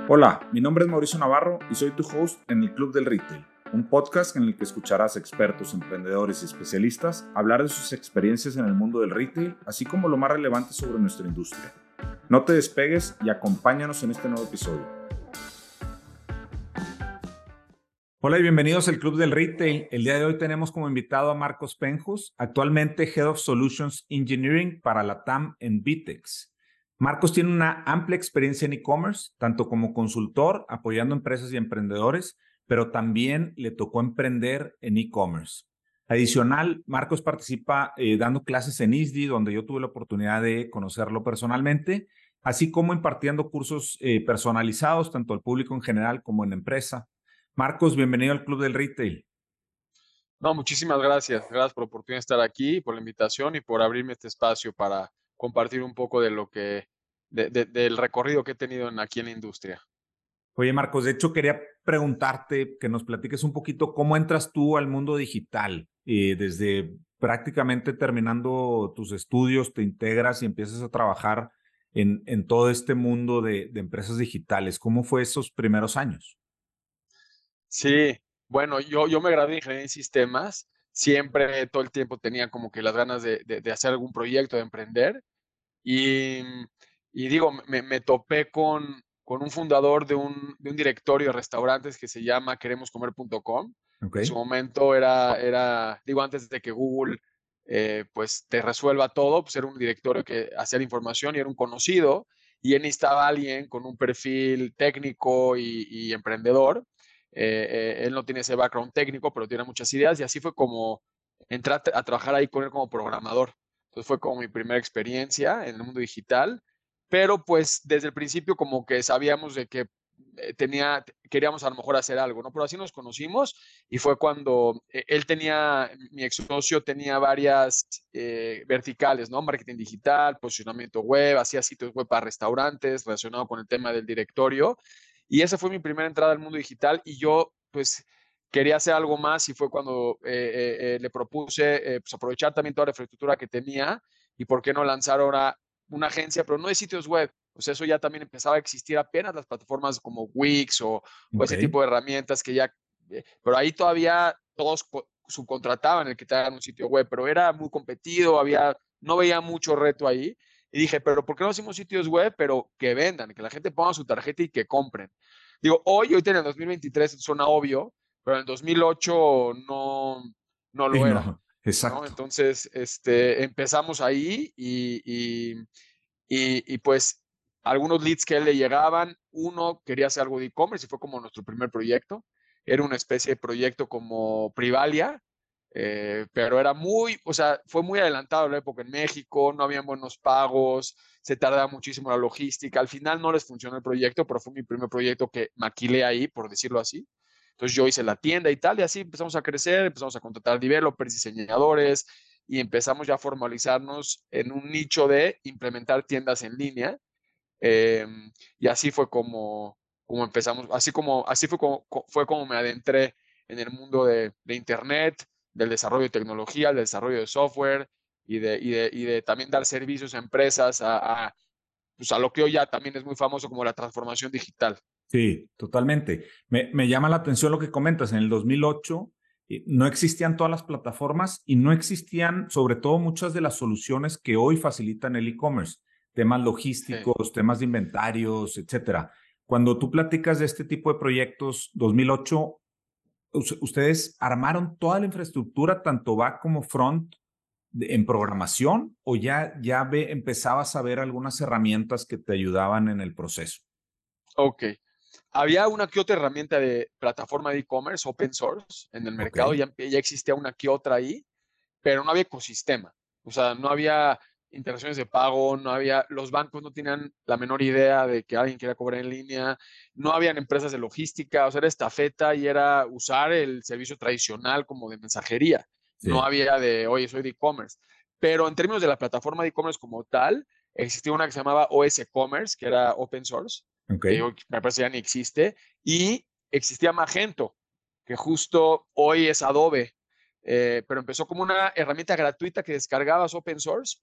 Hola, mi nombre es Mauricio Navarro y soy tu host en el Club del Retail, un podcast en el que escucharás expertos, emprendedores y especialistas hablar de sus experiencias en el mundo del retail, así como lo más relevante sobre nuestra industria. No te despegues y acompáñanos en este nuevo episodio. Hola y bienvenidos al Club del Retail. El día de hoy tenemos como invitado a Marcos Penjos, actualmente Head of Solutions Engineering para la TAM en VTEX. Marcos tiene una amplia experiencia en e-commerce, tanto como consultor apoyando empresas y emprendedores, pero también le tocó emprender en e-commerce. Adicional, Marcos participa dando clases en ISDI, donde yo tuve la oportunidad de conocerlo personalmente, así como impartiendo cursos personalizados tanto al público en general como en empresa. Marcos, bienvenido al Club del Retail. No, muchísimas gracias. Gracias por la oportunidad de estar aquí, por la invitación y por abrirme este espacio para compartir un poco de lo del recorrido que he tenido aquí en la industria. Oye, Marcos, de hecho quería preguntarte que nos platiques un poquito cómo entras tú al mundo digital. Desde prácticamente terminando tus estudios, te integras y empiezas a trabajar en todo este mundo de empresas digitales. ¿Cómo fue esos primeros años? Sí, bueno, yo me gradué de ingeniería en sistemas. Siempre, todo el tiempo tenía como que las ganas de hacer algún proyecto, de emprender. Y, y digo, me topé con un fundador de un directorio de restaurantes que se llama queremoscomer.com. En su Ok. momento digo, antes de que Google pues te resuelva todo, pues era un directorio que hacía la información y era un conocido. Y él necesitaba a alguien con un perfil técnico y emprendedor. Él no tiene ese background técnico, pero tiene muchas ideas. Y así fue como entré a trabajar ahí con él como programador. Entonces fue como mi primera experiencia en el mundo digital, pero pues desde el principio como que sabíamos de que queríamos a lo mejor hacer algo, ¿no? Pero así nos conocimos y fue cuando mi ex socio tenía varias verticales, ¿no? Marketing digital, posicionamiento web, hacía sitios web para restaurantes relacionado con el tema del directorio. Y esa fue mi primera entrada al mundo digital y yo pues quería hacer algo más y fue cuando le propuse pues aprovechar también toda la infraestructura que tenía y por qué no lanzar ahora una agencia, pero no de sitios web. O sea, eso ya también empezaba a existir apenas las plataformas como Wix o Ok. ese tipo de herramientas que ya, pero ahí todavía todos subcontrataban el que te hagan un sitio web, pero era muy competido, no veía mucho reto ahí. Y dije, pero ¿por qué no hacemos sitios web, pero que vendan, que la gente ponga su tarjeta y que compren? Digo, hoy en el 2023 suena obvio, pero en el 2008 no Sí, lo era, no, ¿no? exacto. Entonces, empezamos ahí y pues algunos leads que a él le llegaban, uno quería hacer algo de e-commerce y fue como nuestro primer proyecto. Era una especie de proyecto como Privalia, pero o sea, fue muy adelantado a la época en México, no habían buenos pagos, se tardaba muchísimo la logística. Al final no les funcionó el proyecto, pero fue mi primer proyecto que maquilé ahí, por decirlo así. Entonces yo hice la tienda y tal, y así empezamos a crecer, empezamos a contratar developers, diseñadores, y empezamos ya a formalizarnos en un nicho de implementar tiendas en línea. eh, y así fue como empezamos, fue como me adentré en el mundo de Internet, del desarrollo de tecnología, del desarrollo de software y de también dar servicios a empresas pues a lo que hoy ya también es muy famoso como la transformación digital. Sí, totalmente. Me llama la atención lo que comentas. En el 2008 no existían todas las plataformas y no existían, sobre todo, muchas de las soluciones que hoy facilitan el e-commerce, temas Sí. logísticos, temas de inventarios, etcétera. Cuando tú platicas de este tipo de proyectos, 2008, ¿ustedes armaron toda la infraestructura, tanto back como front, en programación o empezabas a ver algunas herramientas que te ayudaban en el proceso? Ok. Había una que otra herramienta de plataforma de e-commerce, open source, en el Ok, mercado, ya existía una que otra ahí, pero no había ecosistema. O sea, no había interacciones de pago, los bancos no tenían la menor idea de que alguien quería cobrar en línea, no habían empresas de logística, o sea, era estafeta y era usar el servicio tradicional como de mensajería. No sí, había oye, soy de e-commerce. Pero en términos de la plataforma de e-commerce como tal, existía una que se llamaba OS Commerce, que era open source, ok, que hoy me parece ya ni existe, y existía Magento, que justo hoy es Adobe, pero empezó como una herramienta gratuita que descargabas open source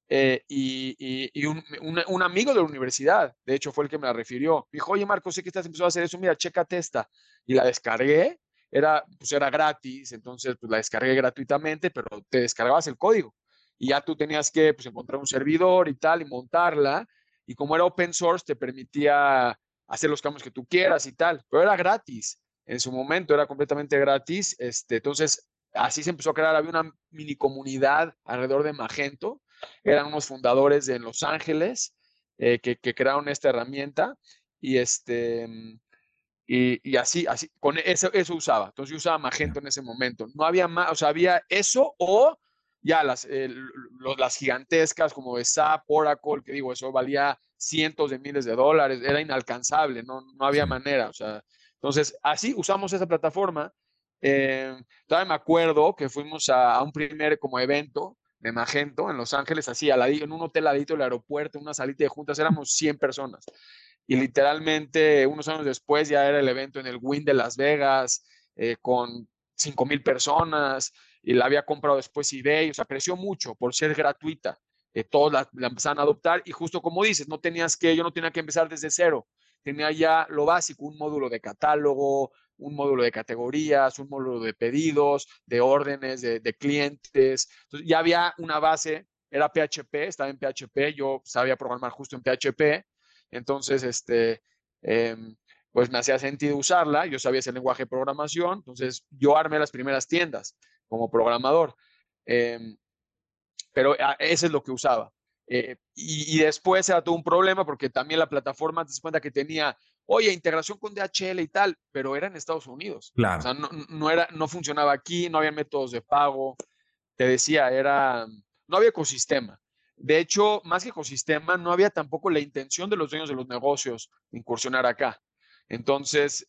y un amigo de la universidad, de hecho, fue el que me la refirió. Me dijo, oye, Marco, sé que estás empezando a hacer eso, mira, chécate esta. Y la descargué, pues era gratis, entonces pues la descargué gratuitamente, pero te descargabas el código. Y ya tú tenías que pues, encontrar un servidor y tal, y montarla. Y como era open source, te permitía hacer los cambios que tú quieras y tal, pero era gratis. En su momento era completamente gratis. Entonces, así se empezó a crear, había una mini comunidad alrededor de Magento. Eran unos fundadores en Los Ángeles que crearon esta herramienta y y así, con eso usaba. Entonces yo usaba Magento en ese momento. No había más, o sea, había eso o ya las gigantescas como de SAP, Oracle, que digo, eso valía cientos de miles de dólares, era inalcanzable, no había Sí. manera, o sea, entonces así usamos esa plataforma. Todavía me acuerdo que fuimos a un primer como evento de Magento en Los Ángeles, así, en un hotel al ladito del aeropuerto, una salita de juntas, éramos 100 personas. Y literalmente unos años después ya era el evento en el Wynn de Las Vegas, con 5,000 personas, y la había comprado después eBay, o sea, creció mucho por ser gratuita. Todos la empezaron a adoptar y justo como dices, yo no tenía que empezar desde cero, tenía ya lo básico, un módulo de catálogo, un módulo de categorías, un módulo de pedidos, de órdenes, de clientes. Entonces ya había una base, era PHP, estaba en PHP, yo sabía programar justo en PHP, entonces, eh, pues me hacía sentido usarla, yo sabía ese lenguaje de programación, entonces yo armé las primeras tiendas como programador, eh, pero ese es lo que usaba. Y después era todo un problema porque también la plataforma, te das cuenta que tenía, oye, integración con DHL y tal, pero era en Estados Unidos. O Claro. sea, no funcionaba aquí, no había métodos de pago, te decía, no había ecosistema. De hecho, más que ecosistema, no había tampoco la intención de los dueños de los negocios de incursionar acá. Entonces,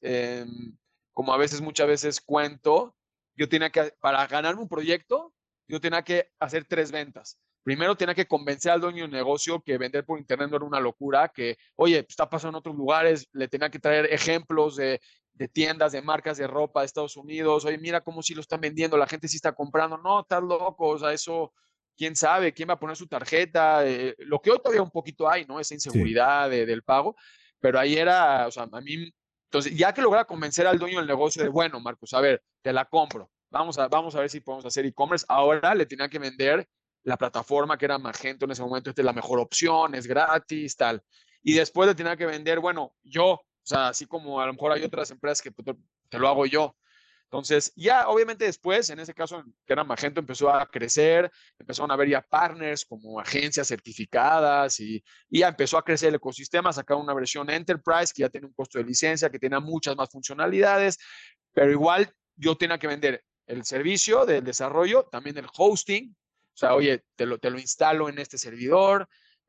como muchas veces cuento, para ganarme un proyecto, yo tenía que hacer 3 ventas. Primero tenía que convencer al dueño del negocio que vender por internet no era una locura, que, oye, está pasando en otros lugares, le tenía que traer ejemplos de tiendas, de marcas de ropa de Estados Unidos. Oye, mira cómo sí lo están vendiendo, la gente sí está comprando. No, estás loco, o sea, eso, quién sabe, quién va a poner su tarjeta. Lo que hoy todavía un poquito hay, ¿no? Esa Sí. inseguridad del pago, pero ahí era, o sea, a mí, entonces, ya que lograba convencer al dueño del negocio de, bueno, Marcos, a ver, te la compro. Vamos a ver si podemos hacer e-commerce. Ahora le tenía que vender la plataforma que era Magento en ese momento, esta es la mejor opción, es gratis, tal. Y después le tenía que vender, bueno, o sea, así como a lo mejor hay otras empresas que te lo hago yo. Entonces, ya obviamente después, en ese caso, que era Magento, empezó a crecer, empezaron a haber ya partners como agencias certificadas y ya empezó a crecer el ecosistema, sacaron una versión Enterprise que ya tiene un costo de licencia, que tenía muchas más funcionalidades, pero igual yo tenía que vender el servicio del desarrollo, también el hosting, o sea, oye, te lo instalo en este servidor,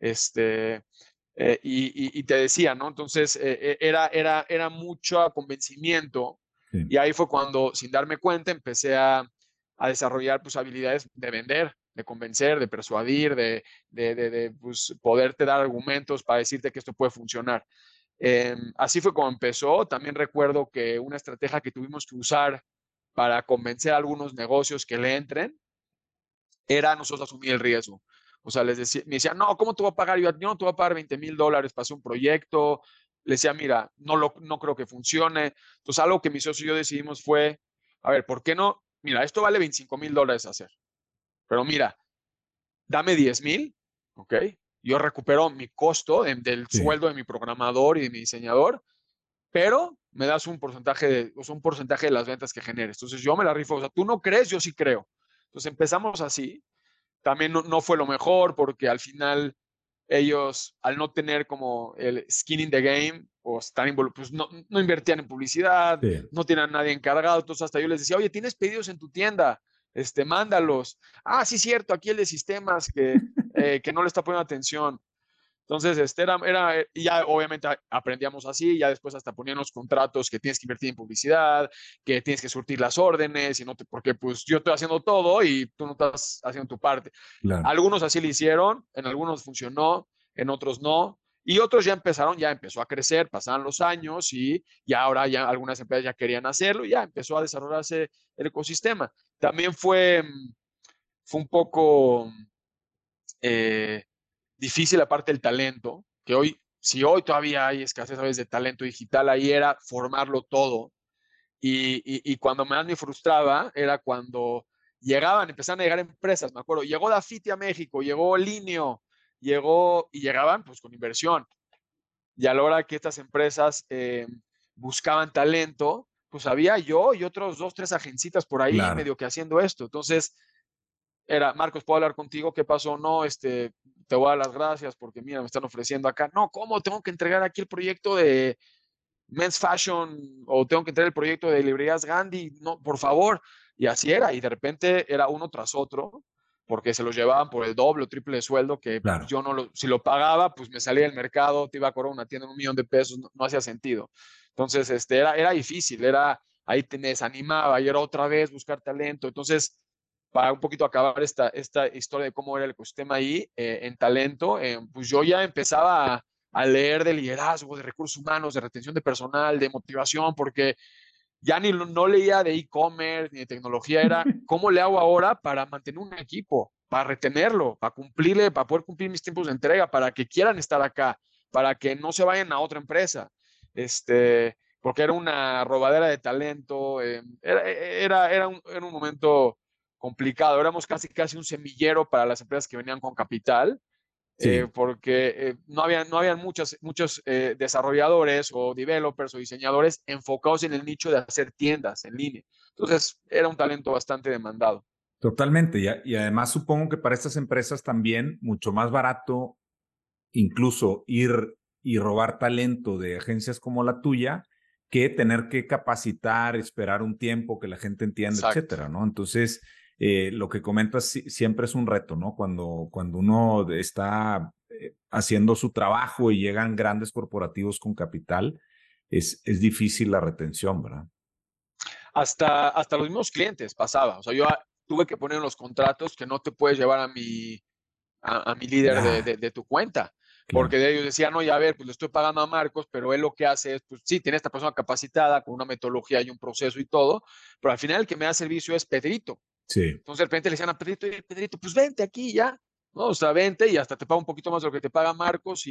y te decía, ¿no? Entonces, era mucho convencimiento Sí. y ahí fue cuando, sin darme cuenta, empecé a desarrollar pues, habilidades de vender, de convencer, de persuadir, de pues, poderte dar argumentos para decirte que esto puede funcionar. Así fue como empezó. También recuerdo que una estrategia que tuvimos que usar para convencer a algunos negocios que le entren era nosotros asumir el riesgo. O sea, me decían, no, ¿cómo te voy a pagar? Yo no te voy a pagar $20,000 para hacer un proyecto. Le decía, mira, no creo que funcione. Entonces, algo que mi socio y yo decidimos fue, a ver, ¿por qué no? Mira, esto vale $25,000 hacer, pero mira, dame 10,000, ¿ok? Yo recupero mi costo del Sí. sueldo de mi programador y de mi diseñador, pero me das un porcentaje de las ventas que generes. Entonces, yo me la rifo. O sea, tú no crees, yo sí creo. Entonces, empezamos así. También no fue lo mejor porque al final ellos, al no tener como el skin in the game o estar pues no invertían en publicidad, Sí. no tenían a nadie encargado. Entonces hasta yo les decía, oye, ¿tienes pedidos en tu tienda? Mándalos. Ah, sí, cierto, aquí el de sistemas que no le está poniendo atención. Entonces, y ya obviamente aprendíamos así, ya después hasta ponían los contratos que tienes que invertir en publicidad, que tienes que surtir las órdenes, porque pues yo estoy haciendo todo y tú no estás haciendo tu parte. Claro. Algunos así lo hicieron, en algunos funcionó, en otros no, y otros ya empezó a crecer, pasaban los años y ya ahora ya algunas empresas ya querían hacerlo y ya empezó a desarrollarse el ecosistema. También fue un poco eh, difícil aparte del talento, que hoy, si hoy todavía hay escasez a veces de talento digital, ahí era formarlo todo. Y cuando más me frustraba era cuando empezaban a llegar empresas, me acuerdo, llegó Dafiti a México, llegó Linio, y llegaban pues con inversión. Y a la hora que estas empresas buscaban talento, pues había yo y otros dos, tres agencitas por ahí Claro, medio que haciendo esto. Entonces, era, Marcos, ¿puedo hablar contigo? ¿Qué pasó? No, te voy a dar las gracias porque mira, me están ofreciendo acá. No, ¿cómo? Tengo que entregar aquí el proyecto de Men's Fashion o tengo que entregar el proyecto de librerías Gandhi. No, por favor. Y así era. Y de repente era uno tras otro porque se los llevaban por el doble o triple de sueldo que claro. yo no lo, si lo pagaba, pues me salía del mercado, te iba a cobrar una tienda en $1,000,000, no, no hacía sentido. Entonces, era difícil, ahí te desanimaba y era otra vez buscar talento. Entonces, para un poquito acabar esta historia de cómo era el ecosistema ahí en talento, pues yo ya empezaba a leer de liderazgo, de recursos humanos, de retención de personal, de motivación, porque ya ni no leía de e-commerce ni de tecnología, era cómo le hago ahora para mantener un equipo, para retenerlo, para cumplirle, para poder cumplir mis tiempos de entrega, para que quieran estar acá, para que no se vayan a otra empresa. Porque era una robadera de talento, era un momento complicado, éramos casi un semillero para las empresas que venían con capital, Sí. porque no habían muchos desarrolladores o developers o diseñadores enfocados en el nicho de hacer tiendas en línea. Entonces, era un talento bastante demandado. Totalmente. Y además supongo que para estas empresas también mucho más barato incluso ir y robar talento de agencias como la tuya que tener que capacitar, esperar un tiempo que la gente entienda, Exacto. etcétera, ¿no? Entonces, lo que comentas siempre es un reto, ¿no? Cuando uno está haciendo su trabajo y llegan grandes corporativos con capital, es difícil la retención, ¿verdad? Hasta los mismos clientes pasaba. O sea, yo tuve que poner en los contratos que no te puedes llevar a mi líder de, Ya, de, de tu cuenta. claro. Porque de ellos decían, no, ya a ver, pues le estoy pagando a Marcos, pero él lo que hace es, pues sí, tiene esta persona capacitada con una metodología y un proceso y todo, pero al final el que me da servicio es Pedrito. Sí, Entonces de repente le decían a Pedrito, Pedrito, pues vente aquí ya, ¿no? O sea, vente y hasta te pago un poquito más de lo que te paga Marcos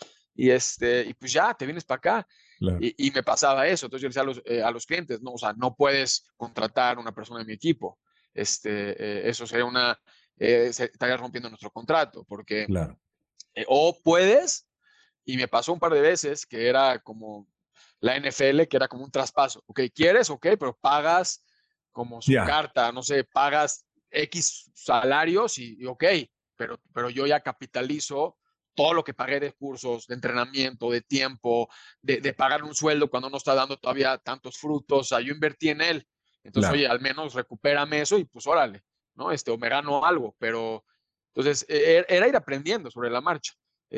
y pues ya, te vienes para acá. claro, Y me pasaba eso. Entonces yo le decía a los clientes, no, o sea, no puedes contratar a una persona de mi equipo. Eso sería estaría rompiendo nuestro contrato, porque claro. o puedes, y me pasó un par de veces que era como la NFL, que era como un traspaso. Ok, ¿quieres? Ok, pero pagas como su Ya, carta, no sé, pagas X salarios y ok, pero yo ya capitalizo todo lo que pagué de cursos, de entrenamiento, de tiempo, de pagar un sueldo cuando no está dando todavía tantos frutos. O sea, yo invertí en él. Entonces, oye, claro. al menos recupérame eso y pues órale, ¿no? O me gano algo, pero entonces era ir aprendiendo sobre la marcha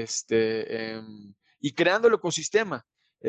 y creando el ecosistema.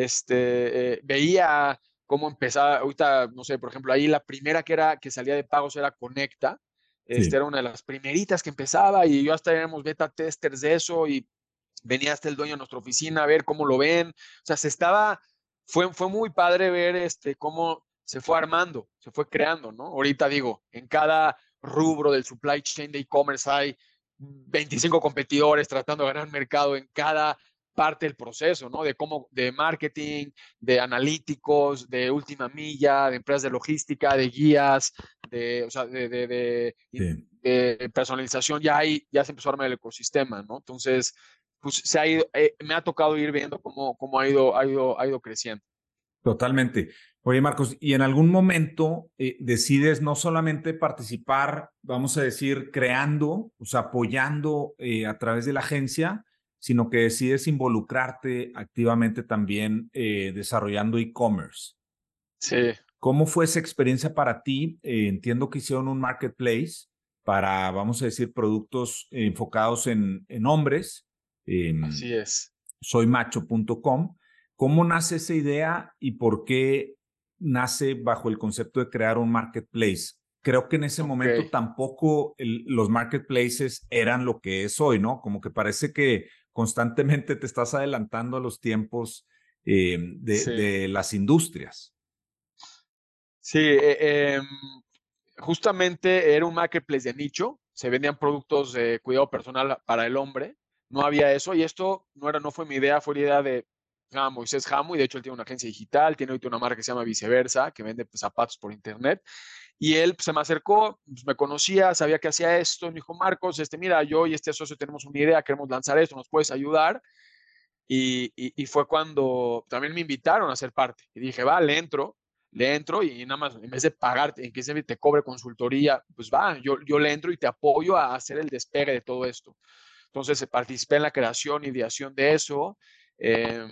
Veía cómo empezaba, ahorita, no sé, por ejemplo, ahí la primera que salía de pagos era Conecta. Sí, Era una de las primeritas que empezaba y yo hasta éramos beta testers de eso y venía hasta el dueño de nuestra oficina a ver cómo lo ven. O sea, fue muy padre ver cómo se fue armando, se fue creando, ¿no? Ahorita digo, en cada rubro del supply chain de e-commerce hay 25 competidores tratando de ganar mercado en cada parte del proceso, ¿no? De marketing, de analíticos, de última milla, de empresas de logística, de guías, o sea, sí. de personalización, ya se empezó a armar el ecosistema, ¿no? Entonces, pues me ha tocado ir viendo cómo ha ido creciendo. Totalmente. Oye, Marcos, y en algún momento decides no solamente participar, vamos a decir, creando, o sea, apoyando a través de la agencia, sino que decides involucrarte activamente también desarrollando e-commerce. Sí, ¿Cómo fue esa experiencia para ti? Entiendo que hicieron un marketplace para, vamos a decir, productos enfocados en hombres. así es. Soymacho.com. ¿Cómo nace esa idea y por qué nace bajo el concepto de crear un marketplace? Creo que en ese Ok. momento tampoco los marketplaces eran lo que es hoy, ¿no? Como que parece que constantemente te estás adelantando a los tiempos Sí. de las industrias. Sí, justamente era un marketplace de nicho. se vendían productos de cuidado personal para el hombre. No había eso y esto no fue mi idea, fue la idea de Moisés Jamo, y de hecho él tiene una agencia digital, tiene ahorita una marca que se llama Viceversa, que vende pues, zapatos por internet. Y él pues, se me acercó, pues, me conocía, sabía que hacía esto, y me dijo, Marcos, mira, yo y este socio tenemos una idea, queremos lanzar esto, ¿nos puedes ayudar? Y fue cuando también me invitaron a ser parte. Y dije, va, le entro y nada más, en vez de pagarte, en que se te cobre consultoría, pues va, yo le entro y te apoyo a hacer el despegue de todo esto. Entonces participé en la creación y ideación de eso. eh,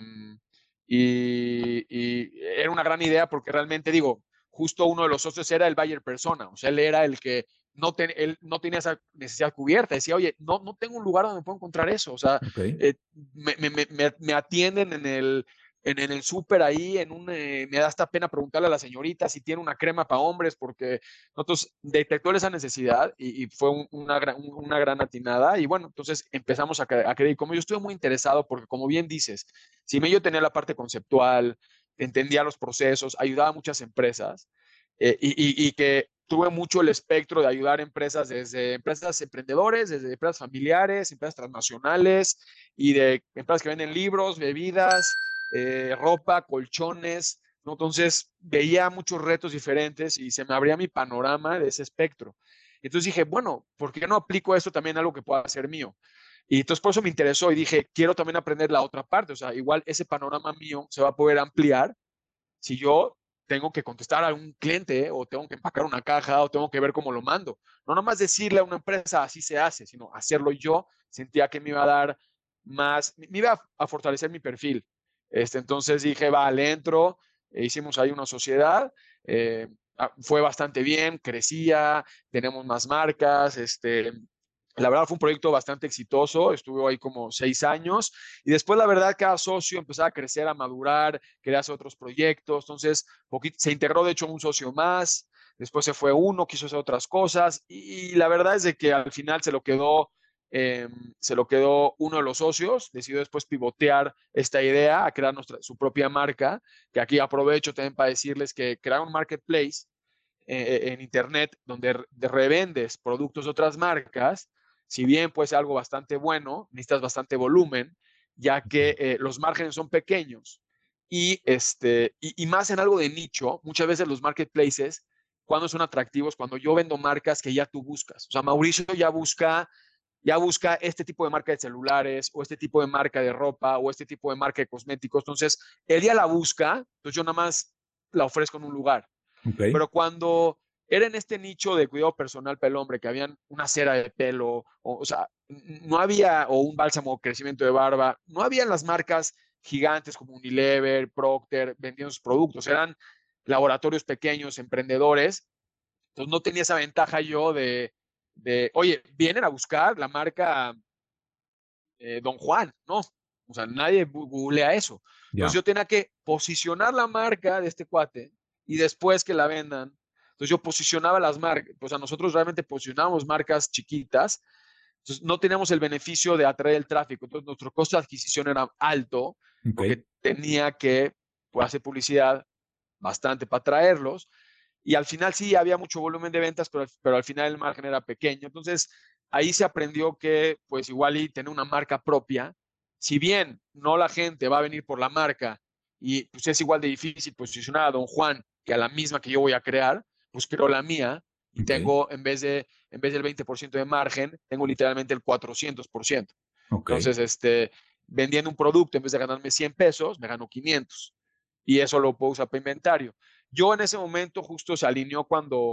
y era una gran idea porque realmente digo, justo uno de los socios era el buyer persona, o sea, él era el que él no tenía esa necesidad cubierta, decía, oye, no tengo un lugar donde puedo encontrar eso, o sea, Ok. me atienden en el súper ahí, me da hasta pena preguntarle a la señorita si tiene una crema para hombres, porque nosotros detectó esa necesidad y fue una gran atinada. Y bueno, entonces empezamos a creer. Y como yo estuve muy interesado, porque como bien dices, si me yo tenía la parte conceptual, entendía los procesos, ayudaba a muchas empresas y que tuve mucho el espectro de ayudar a empresas, desde empresas emprendedores, desde empresas familiares, empresas transnacionales y de empresas que venden libros, bebidas, ropa, colchones, ¿no? Entonces veía muchos retos diferentes y se me abría mi panorama de ese espectro. Entonces dije, bueno, ¿por qué no aplico esto también a algo que pueda ser mío? Y entonces por eso me interesó y dije, quiero también aprender la otra parte, o sea, igual ese panorama mío se va a poder ampliar si yo tengo que contestar a un cliente o tengo que empacar una caja o tengo que ver cómo lo mando. No nomás decirle a una empresa así se hace, sino hacerlo yo, sentía que me iba a dar más, me iba a fortalecer mi perfil. Entonces dije, vale, entro, hicimos ahí una sociedad, fue bastante bien, crecía, tenemos más marcas, la verdad fue un proyecto bastante exitoso, estuve ahí como 6 años y después la verdad cada socio empezaba a crecer, a madurar, quería hacer otros proyectos, entonces se integró de hecho un socio más, después se fue uno, quiso hacer otras cosas y la verdad es de que al final se lo quedó uno de los socios, decidió después pivotear esta idea a crear su propia marca, que aquí aprovecho también para decirles que crear un marketplace en Internet donde revendes productos de otras marcas, si bien puede ser algo bastante bueno, necesitas bastante volumen, ya que los márgenes son pequeños y más en algo de nicho, muchas veces los marketplaces, cuando son atractivos, cuando yo vendo marcas que ya tú buscas. O sea, Mauricio ya busca este tipo de marca de celulares o este tipo de marca de ropa o este tipo de marca de cosméticos. Entonces, él ya la busca, entonces yo nada más la ofrezco en un lugar. Ok. Pero cuando era en este nicho de cuidado personal para el hombre, que habían una cera de pelo, o sea, no había, o un bálsamo de crecimiento de barba, no habían las marcas gigantes como Unilever, Procter, vendiendo sus productos, eran laboratorios pequeños, emprendedores, entonces no tenía esa ventaja yo oye, vienen a buscar la marca Don Juan, no, o sea, nadie googlea eso. Entonces Ya. yo tenía que posicionar la marca de este cuate y después que la vendan. Entonces yo posicionaba las marcas, pues a nosotros realmente posicionábamos marcas chiquitas, entonces no teníamos el beneficio de atraer el tráfico, entonces nuestro costo de adquisición era alto Ok. porque tenía que pues, hacer publicidad bastante para traerlos y al final sí había mucho volumen de ventas, pero al final el margen era pequeño. Entonces ahí se aprendió que pues igual y tener una marca propia, si bien no la gente va a venir por la marca y pues es igual de difícil posicionar a Don Juan que a la misma que yo voy a crear, pues creo la mía y Ok. tengo en vez del 20% de margen, tengo literalmente el 400%. Ok. Entonces, vendiendo un producto, en vez de ganarme 100 pesos, me gano 500. Y eso lo puedo usar para inventario. Yo en ese momento justo se alineó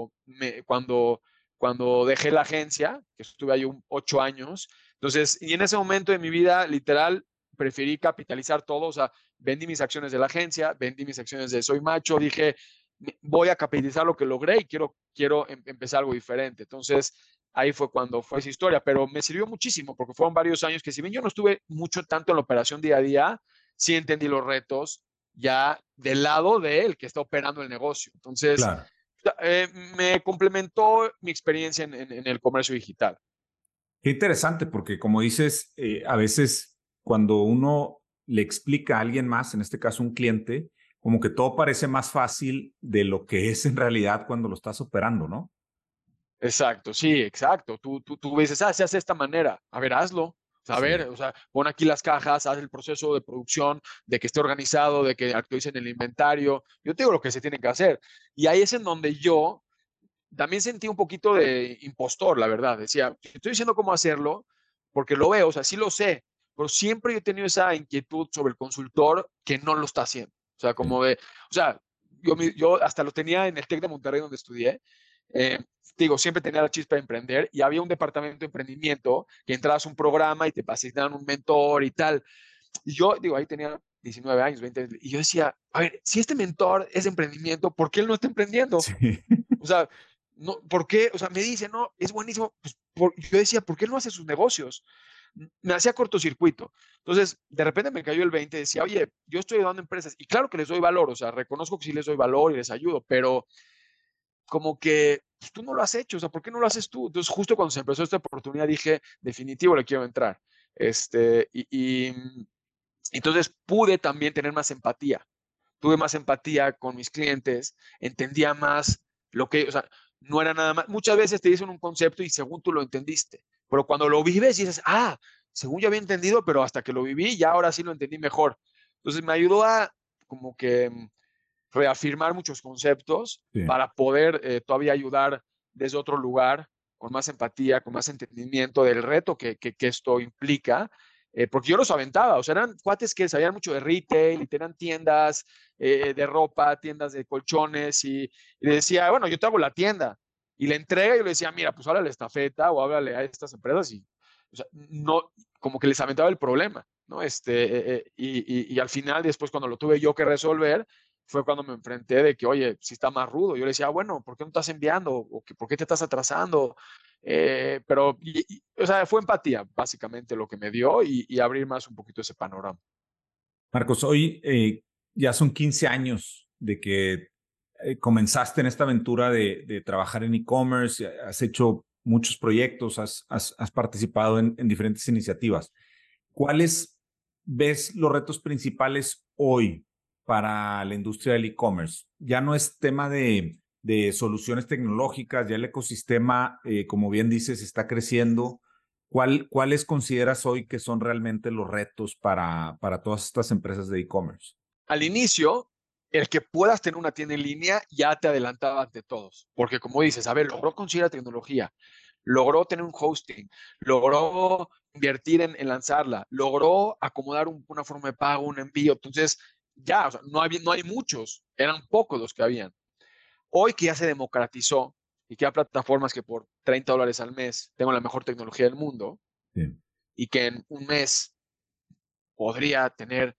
cuando dejé la agencia, que estuve ahí 8 años. Entonces, y en ese momento de mi vida, literal, preferí capitalizar todo. O sea, vendí mis acciones de la agencia, vendí mis acciones de Soy Macho, dije, voy a capitalizar lo que logré y quiero empezar algo diferente. Entonces, ahí fue cuando fue esa historia, pero me sirvió muchísimo porque fueron varios años que si bien yo no estuve mucho tanto en la operación día a día, sí entendí los retos ya del lado de él que está operando el negocio. Entonces, Claro. eh, me complementó mi experiencia en el comercio digital. Qué interesante, porque como dices, a veces cuando uno le explica a alguien más, en este caso un cliente, como que todo parece más fácil de lo que es en realidad cuando lo estás operando, ¿no? Exacto, sí, exacto. Tú dices, se hace de esta manera. A ver, hazlo. O sea, a ver, Sí, o sea, pon aquí las cajas, haz el proceso de producción, de que esté organizado, de que actualicen el inventario. Yo te digo lo que se tiene que hacer. Y ahí es en donde yo también sentí un poquito de impostor, la verdad. Decía, estoy diciendo cómo hacerlo porque lo veo, o sea, sí lo sé, pero siempre he tenido esa inquietud sobre el consultor que no lo está haciendo. O sea, sí. como de, o sea, yo hasta lo tenía en el TEC de Monterrey donde estudié. Eh, digo, siempre tenía la chispa de emprender y había un departamento de emprendimiento que entrabas a un programa y te asignaban un mentor y tal. Y yo, digo, ahí tenía 19 años, 20 años, y yo decía, a ver, si este mentor es de emprendimiento, ¿por qué él no está emprendiendo? Sí. O sea, no, ¿por qué? O sea, me dice, no, es buenísimo. Pues, yo decía, ¿por qué él no hace sus negocios? Me hacía cortocircuito. Entonces, de repente me cayó el 20 y decía, oye, yo estoy ayudando a empresas y claro que les doy valor, o sea, reconozco que sí les doy valor y les ayudo, pero como que pues, tú no lo has hecho, o sea, ¿por qué no lo haces tú? Entonces, justo cuando se empezó esta oportunidad, dije, definitivo, le quiero entrar. Este, entonces pude también tener más empatía. Tuve más empatía con mis clientes, entendía más lo que, o sea, no era nada más. Muchas veces te dicen un concepto y según tú lo entendiste, pero cuando lo vives dices, según yo había entendido, pero hasta que lo viví, ya ahora sí lo entendí mejor. Entonces me ayudó a como que reafirmar muchos conceptos Sí. para poder todavía ayudar desde otro lugar, con más empatía, con más entendimiento del reto que esto implica, porque yo los aventaba, o sea, eran cuates que sabían mucho de retail y tenían tiendas de ropa, tiendas de colchones y le decía, bueno, yo te hago la tienda y la entrega y yo le decía, mira, pues háblale a Estafeta o háblale a estas empresas y, o sea, no, como que les aventaba el problema, ¿no? Y al final, después cuando lo tuve yo que resolver, fue cuando me enfrenté de que, oye, si está más rudo. Yo le decía, bueno, ¿por qué no estás enviando? ¿O por qué te estás atrasando? O sea, fue empatía, básicamente, lo que me dio y abrir más un poquito ese panorama. Marcos, hoy ya son 15 años de que comenzaste en esta aventura de trabajar en e-commerce, has hecho muchos proyectos, has participado en diferentes iniciativas. ¿Cuáles ves los retos principales hoy para la industria del e-commerce? Ya no es tema de soluciones tecnológicas, ya el ecosistema, como bien dices, está creciendo. ¿Cuáles consideras hoy que son realmente los retos para todas estas empresas de e-commerce? Al inicio, el que puedas tener una tienda en línea ya te adelantaba ante todos, porque como dices, a ver, logró conseguir la tecnología, logró tener un hosting, logró invertir en lanzarla, logró acomodar una forma de pago, un envío. Entonces, ya, o sea, no hay muchos, eran pocos los que habían. Hoy que ya se democratizó y que hay plataformas que por $30 al mes tengo la mejor tecnología del mundo Sí, y que en un mes podría tener,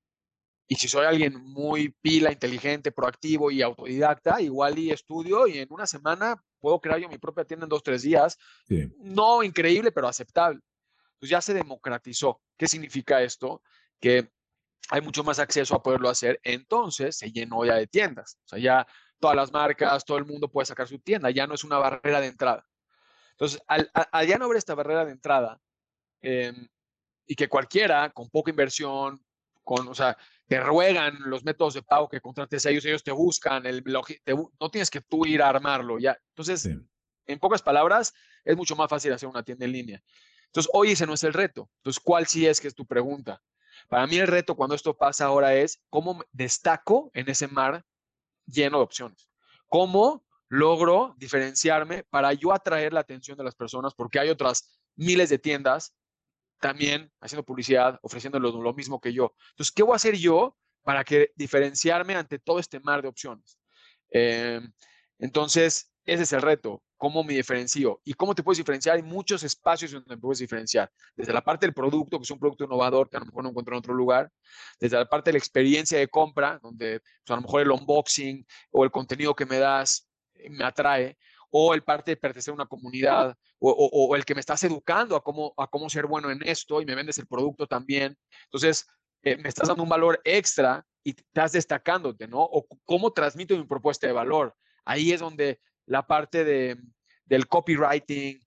y si soy alguien muy pila, inteligente, proactivo y autodidacta, igual y estudio y en una semana puedo crear yo mi propia tienda en 2, 3 días. sí, No increíble, pero aceptable. Pues ya se democratizó. ¿Qué significa esto? Que hay mucho más acceso a poderlo hacer. Entonces se llenó ya de tiendas. O sea, ya todas las marcas, todo el mundo puede sacar su tienda. Ya no es una barrera de entrada. Entonces, al ya no haber esta barrera de entrada, eh, y que cualquiera con poca inversión, o sea, te ruegan los métodos de pago que contrates a ellos, ellos te buscan, no tienes que tú ir a armarlo ya. Entonces, sí. en pocas palabras, es mucho más fácil hacer una tienda en línea. Entonces, hoy ese no es el reto. Entonces, ¿cuál sí es que es tu pregunta? Para mí el reto cuando esto pasa ahora es cómo destaco en ese mar lleno de opciones. ¿Cómo logro diferenciarme para yo atraer la atención de las personas? Porque hay otras miles de tiendas también haciendo publicidad, ofreciendo lo mismo que yo. Entonces, ¿qué voy a hacer yo para que diferenciarme ante todo este mar de opciones? Eh, entonces, ese es el reto, cómo me diferencio. ¿Y cómo te puedes diferenciar? Hay muchos espacios donde me puedes diferenciar. Desde la parte del producto, que es un producto innovador que a lo mejor no encuentro en otro lugar. Desde la parte de la experiencia de compra, donde pues, a lo mejor el unboxing o el contenido que me das me atrae. O el parte de pertenecer a una comunidad, o el que me estás educando a cómo ser bueno en esto y me vendes el producto también. Entonces, me estás dando un valor extra y estás destacándote, ¿no? O cómo transmito mi propuesta de valor. Ahí es donde la parte del copywriting,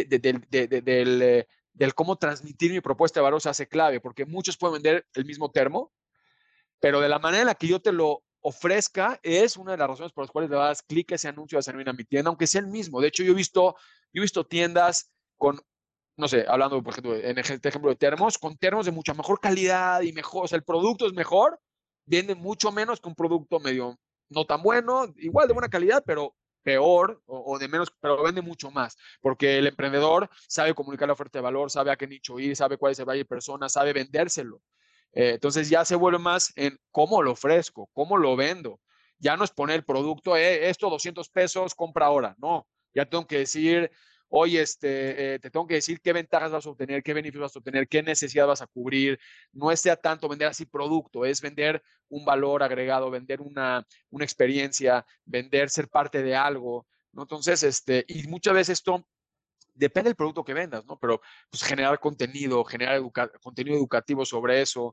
del cómo transmitir mi propuesta de valor se hace clave, porque muchos pueden vender el mismo termo, pero de la manera en la que yo te lo ofrezca es una de las razones por las cuales le das clic a ese anuncio, vas a venir a mi tienda, aunque sea el mismo. De hecho, yo he visto tiendas con, no sé, hablando, por ejemplo, en este ejemplo de termos, con termos de mucha mejor calidad y mejor, o sea, el producto es mejor, vende mucho menos que un producto medio no tan bueno, igual de buena calidad, pero peor o de menos, pero vende mucho más, porque el emprendedor sabe comunicar la oferta de valor, sabe a qué nicho ir, sabe cuál es el valle de personas, sabe vendérselo. Entonces ya se vuelve más en cómo lo ofrezco, cómo lo vendo. Ya no es poner el producto, esto 200 pesos, compra ahora. No, ya tengo que decir, oye, te tengo que decir qué ventajas vas a obtener, qué beneficios vas a obtener, qué necesidad vas a cubrir. No sea tanto vender así producto, es vender un valor agregado, vender una experiencia, vender ser parte de algo, ¿no? Entonces, y muchas veces esto depende del producto que vendas, ¿no? Pero pues generar contenido, generar contenido educativo sobre eso,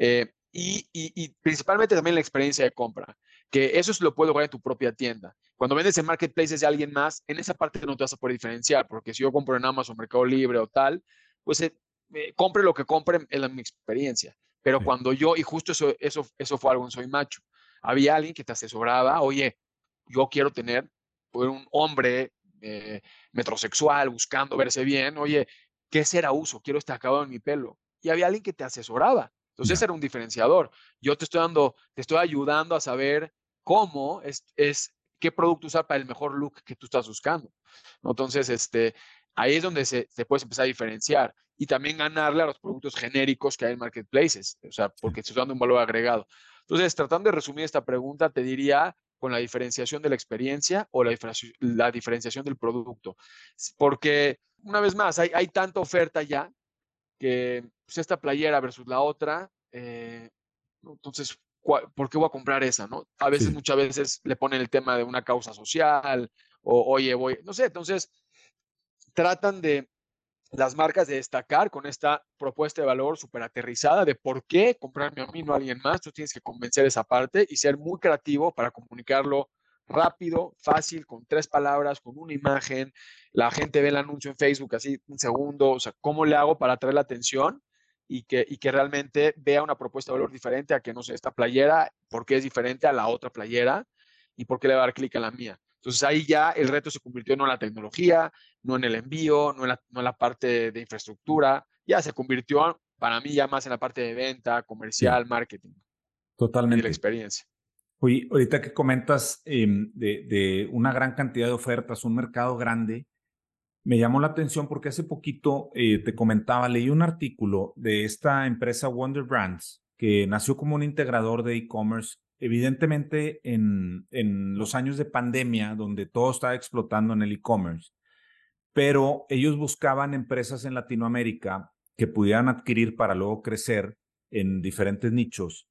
y principalmente también la experiencia de compra, que eso se lo puedes lograr en tu propia tienda. Cuando vendes en marketplaces de alguien más, en esa parte no te vas a poder diferenciar, porque si yo compro en Amazon, Mercado Libre o tal, pues compre lo que compre, es la mi experiencia. Pero Sí, cuando y justo eso fue algo en Soy Macho, había alguien que te asesoraba, oye, yo quiero tener pues, un hombre metrosexual buscando verse bien, oye, ¿qué cera uso? Quiero este acabado en mi pelo. Y había alguien que te asesoraba. Entonces ese ya. era un diferenciador. Yo te estoy ayudando a saber cómo qué producto usar para el mejor look que tú estás buscando. ¿No? Entonces, ahí es donde se puede empezar a diferenciar y también ganarle a los productos genéricos que hay en marketplaces, o sea, Sí. porque estás dando un valor agregado. Entonces, tratando de resumir esta pregunta, te diría con la diferenciación de la experiencia o la diferenciación del producto. Porque, una vez más, hay tanta oferta ya que pues, esta playera versus la otra, entonces, ¿por qué voy a comprar esa? ¿No? A veces, Sí. muchas veces le ponen el tema de una causa social o, oye, no sé, entonces tratan de las marcas de destacar con esta propuesta de valor súper aterrizada de por qué comprarme a mí, no a alguien más. Tú tienes que convencer esa parte y ser muy creativo para comunicarlo rápido, fácil, con 3 palabras, con una imagen. La gente ve el anuncio en Facebook así un segundo. O sea, ¿cómo le hago para atraer la atención y que realmente vea una propuesta de valor diferente a que, no sé, esta playera, por qué es diferente a la otra playera y por qué le va a dar clic a la mía? Entonces ahí ya el reto se convirtió no en la tecnología, no en el envío, no en la parte de infraestructura, ya se convirtió para mí ya más en la parte de venta, Sí, comercial, marketing y de la totalmente. experiencia. Oye, ahorita que comentas de una gran cantidad de ofertas, un mercado grande, me llamó la atención porque hace poquito te comentaba, leí un artículo de esta empresa Wonder Brands que nació como un integrador de e-commerce, evidentemente en los años de pandemia, donde todo estaba explotando en el e-commerce, pero ellos buscaban empresas en Latinoamérica que pudieran adquirir para luego crecer en diferentes nichos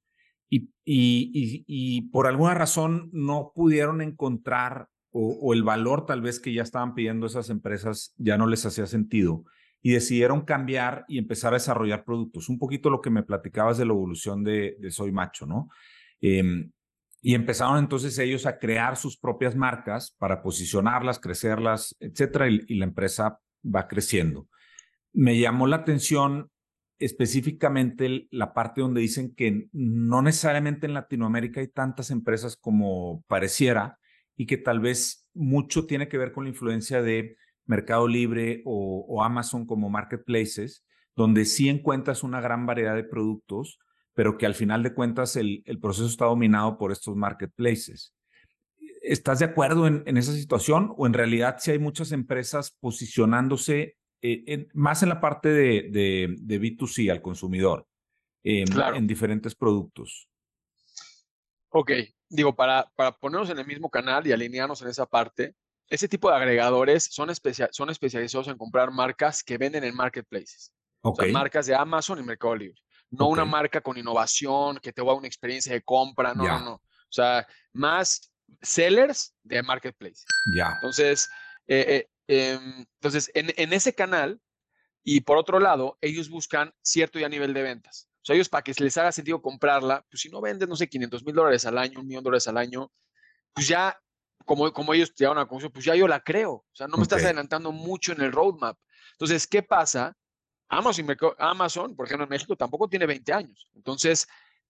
y por alguna razón no pudieron encontrar o el valor tal vez que ya estaban pidiendo esas empresas ya no les hacía sentido y decidieron cambiar y empezar a desarrollar productos. Un poquito lo que me platicabas de la evolución de Soy Macho, ¿no? Eh, y empezaron entonces ellos a crear sus propias marcas para posicionarlas, crecerlas, etcétera, y la empresa va creciendo. Me llamó la atención específicamente la parte donde dicen que no necesariamente en Latinoamérica hay tantas empresas como pareciera y que tal vez mucho tiene que ver con la influencia de Mercado Libre o Amazon como marketplaces, donde sí encuentras una gran variedad de productos, pero que al final de cuentas el proceso está dominado por estos marketplaces. ¿Estás de acuerdo en esa situación o en realidad sí hay muchas empresas posicionándose más en la parte de B2C al consumidor Claro. en diferentes productos? Ok, digo, para ponernos en el mismo canal y alinearnos en esa parte, ese tipo de agregadores son especializados en comprar marcas que venden en marketplaces. O Ok, sea, marcas de Amazon y Mercado Libre. No ok, una marca con innovación que te va a una experiencia de compra. No, no, ya, no. O sea, más sellers de marketplace. ya, Entonces, en ese canal, y por otro lado, ellos buscan cierto ya nivel de ventas. O sea, ellos para que les haga sentido comprarla, pues si no vendes, no sé, $500,000 al año, $1,000,000 al año, pues ya, como ellos te llevan a la conclusión, pues ya yo la creo. O sea, no me ok, estás adelantando mucho en el roadmap. Entonces, ¿qué pasa? Amazon, por ejemplo, en México tampoco tiene 20 años. Entonces,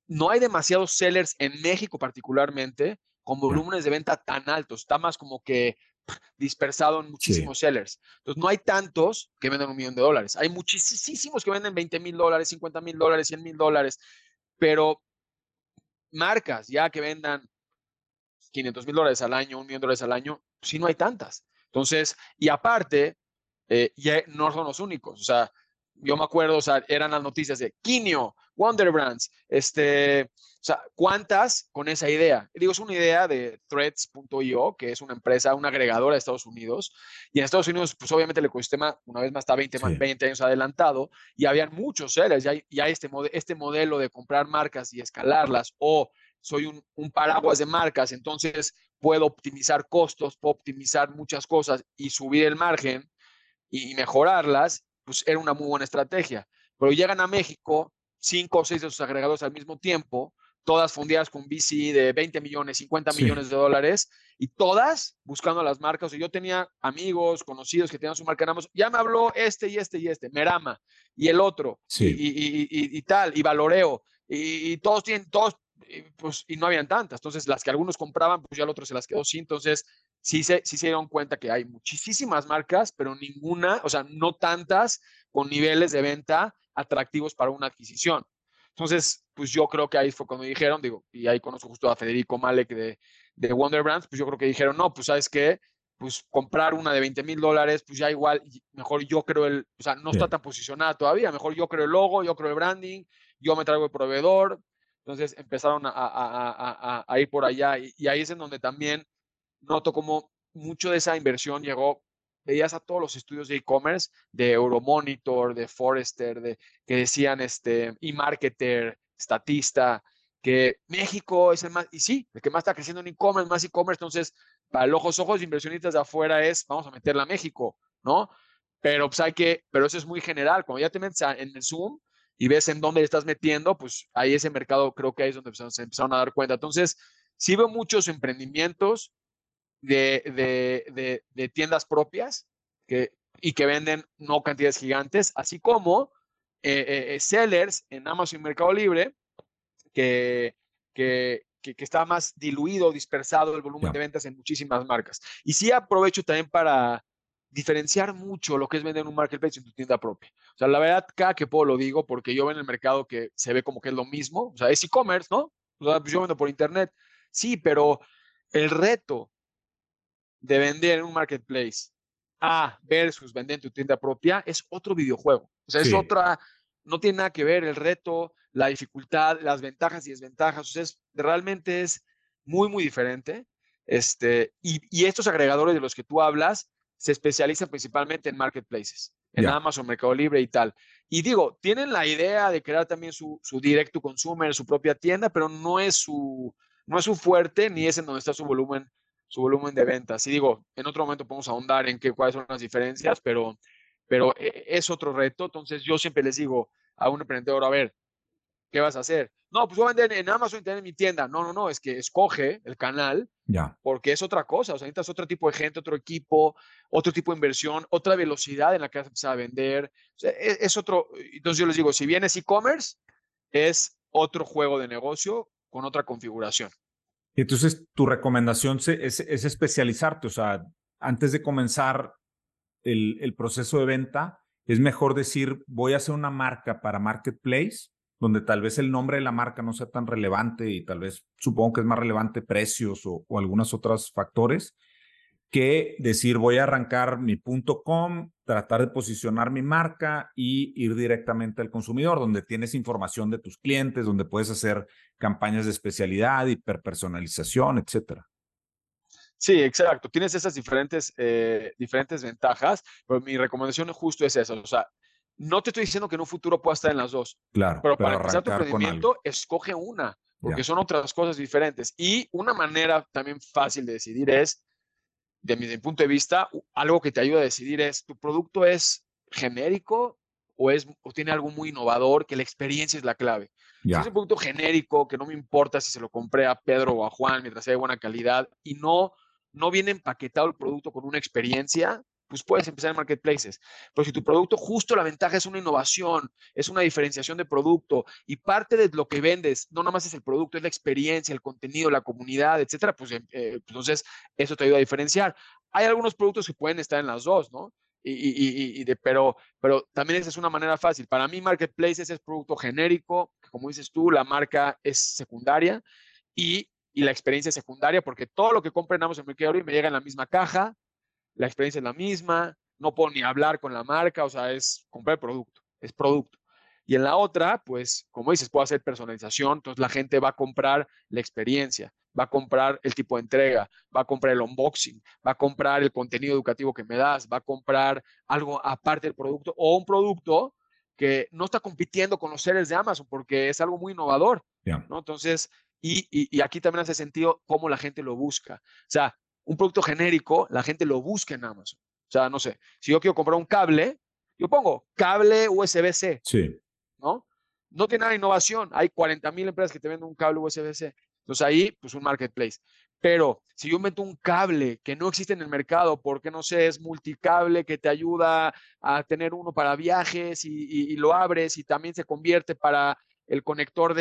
no hay demasiados sellers en México particularmente con Ya. volúmenes de venta tan altos. Está más como que dispersado en Sí, muchísimos sellers. Entonces, no hay tantos que venden $1,000,000. Hay muchísimos que venden $20,000, $50,000, $100,000, pero marcas ya que vendan $500,000 al año, $1,000,000 al año, sí no hay tantas. Entonces, y aparte, ya no son los únicos. O sea, yo me acuerdo, o sea, eran las noticias de Quinio, Wonder Brands, o sea, ¿cuántas con esa idea? Digo, es una idea de Threads.io, que es una empresa, una agregadora de Estados Unidos, y en Estados Unidos, pues obviamente el ecosistema, una vez más, está 20, sí, 20 años adelantado, y habían muchos sellers, ya este modelo de comprar marcas y escalarlas, o soy un paraguas de marcas, entonces puedo optimizar costos, puedo optimizar muchas cosas y subir el margen y mejorarlas, pues era una muy buena estrategia. Pero llegan a México 5 o 6 de sus agregadores al mismo tiempo, todas fundadas con VC de 20 millones, 50 sí, millones de dólares, y todas buscando las marcas. O sea, yo tenía amigos, conocidos que tenían su marca en Amazon, ya me habló Merama, y el otro, sí, y tal, y Valoreo, y todos tienen, todos, pues, y no habían tantas. Entonces, las que algunos compraban, pues ya el otro se las quedó sin. Entonces, sí se dieron cuenta que hay muchísimas marcas, pero ninguna, o sea, no tantas con niveles de venta atractivos para una adquisición. Entonces, pues yo creo que ahí fue cuando dijeron, digo, y ahí conozco justo a Federico Malek de Wonder Brands, pues yo creo que dijeron, no, pues sabes qué, pues comprar una de $20,000, pues ya igual, mejor yo creo o sea, no está sí. tan posicionada todavía, mejor yo creo el logo, yo creo el branding, yo me traigo el proveedor. Entonces empezaron a ir por allá y ahí es en donde también noto como mucho de esa inversión llegó, veías a todos los estudios de e-commerce, de Euromonitor, de Forrester, que decían eMarketer, Statista, que México es el más, y sí, el que más está creciendo en e-commerce, más e-commerce. Entonces, para los ojos de inversionistas de afuera es, vamos a meterla a México, ¿no? Pero pues pero eso es muy general. Cuando ya te metes en el Zoom y ves en dónde le estás metiendo, pues ahí ese mercado creo que ahí es donde se empezaron a dar cuenta. Entonces, sí veo muchos emprendimientos de tiendas propias y que venden no cantidades gigantes, así como sellers en Amazon y Mercado Libre que está más diluido, dispersado el volumen de Ya. ventas en muchísimas marcas. Y sí aprovecho también para diferenciar mucho lo que es vender en un marketplace en tu tienda propia. O sea, la verdad, cada que puedo lo digo porque yo veo en el mercado que se ve como que es lo mismo. O sea, es e-commerce, ¿no? O sea, pues yo vendo por internet. Sí, pero el reto de vender en un marketplace a versus vender en tu tienda propia es otro videojuego. O sea, es Sí, otra, no tiene nada que ver el reto, la dificultad, las ventajas y desventajas. O sea, realmente es muy, muy diferente. Y estos agregadores de los que tú hablas se especializan principalmente en marketplaces, en ya. Amazon, Mercado Libre y tal. Y digo, tienen la idea de crear también su direct to consumer, su propia tienda, pero no es su fuerte ni es en donde está su volumen de ventas. Y digo, en otro momento podemos ahondar en cuáles son las diferencias, pero es otro reto. Entonces yo siempre les digo a un emprendedor, a ver, ¿qué vas a hacer? No, pues voy a vender en Amazon y tener mi tienda. No, no, no, es que escoge el canal Ya. porque es otra cosa. O sea, necesitas otro tipo de gente, otro equipo, otro tipo de inversión, otra velocidad en la que vas a empezar a vender. O sea, es otro. Entonces yo les digo, si bien es e-commerce, es otro juego de negocio con otra configuración. Y entonces tu recomendación es especializarte, o sea, antes de comenzar el proceso de venta, es mejor decir, voy a hacer una marca para Marketplace, donde tal vez el nombre de la marca no sea tan relevante y tal vez supongo que es más relevante precios o algunos otros factores, que decir voy a arrancar mi .com, tratar de posicionar mi marca y ir directamente al consumidor, donde tienes información de tus clientes, donde puedes hacer campañas de especialidad, hiperpersonalización, etcétera. Sí, exacto. Tienes esas diferentes ventajas, pero mi recomendación justo es esa. O sea, no te estoy diciendo que en un futuro puedas estar en las dos, Claro, pero pero para empezar tu arrancar con algo. emprendimiento, escoge una, porque Ya, son otras cosas diferentes. Y una manera también fácil de decidir es, de mi punto de vista, algo que te ayuda a decidir es, ¿tu producto es genérico o tiene algo muy innovador, que la experiencia es la clave? Si es un ya, producto genérico, que no me importa si se lo compré a Pedro o a Juan mientras sea de buena calidad y no viene empaquetado el producto con una experiencia, pues puedes empezar en marketplaces. Pero si tu producto, justo la ventaja es una innovación, es una diferenciación de producto y parte de lo que vendes, no nada más es el producto, es la experiencia, el contenido, la comunidad, etcétera, pues entonces eso te ayuda a diferenciar. Hay algunos productos que pueden estar en las dos, ¿no? Pero también esa es una manera fácil. Para mí, marketplaces es producto genérico, que como dices tú, la marca es secundaria y la experiencia es secundaria, porque todo lo que compre en Amazon Mercado Libre me llega en la misma caja, la experiencia es la misma, no puedo ni hablar con la marca, o sea, es comprar el producto, es producto. Y en la otra, pues, como dices, puedo hacer personalización, entonces la gente va a comprar la experiencia, va a comprar el tipo de entrega, va a comprar el unboxing, va a comprar el contenido educativo que me das, va a comprar algo aparte del producto o un producto que no está compitiendo con los sellers de Amazon porque es algo muy innovador, Ya. ¿no? Entonces, y aquí también hace sentido cómo la gente lo busca. O sea, un producto genérico, la gente lo busca en Amazon. O sea, no sé, si yo quiero comprar un cable, yo pongo cable USB-C, Sí, ¿no? No tiene nada de innovación. Hay 40,000 empresas que te venden un cable USB-C. Entonces ahí, pues un marketplace. Pero si yo meto un cable que no existe en el mercado, porque no sé, es multicable que te ayuda a tener uno para viajes y lo abres y también se convierte para el conector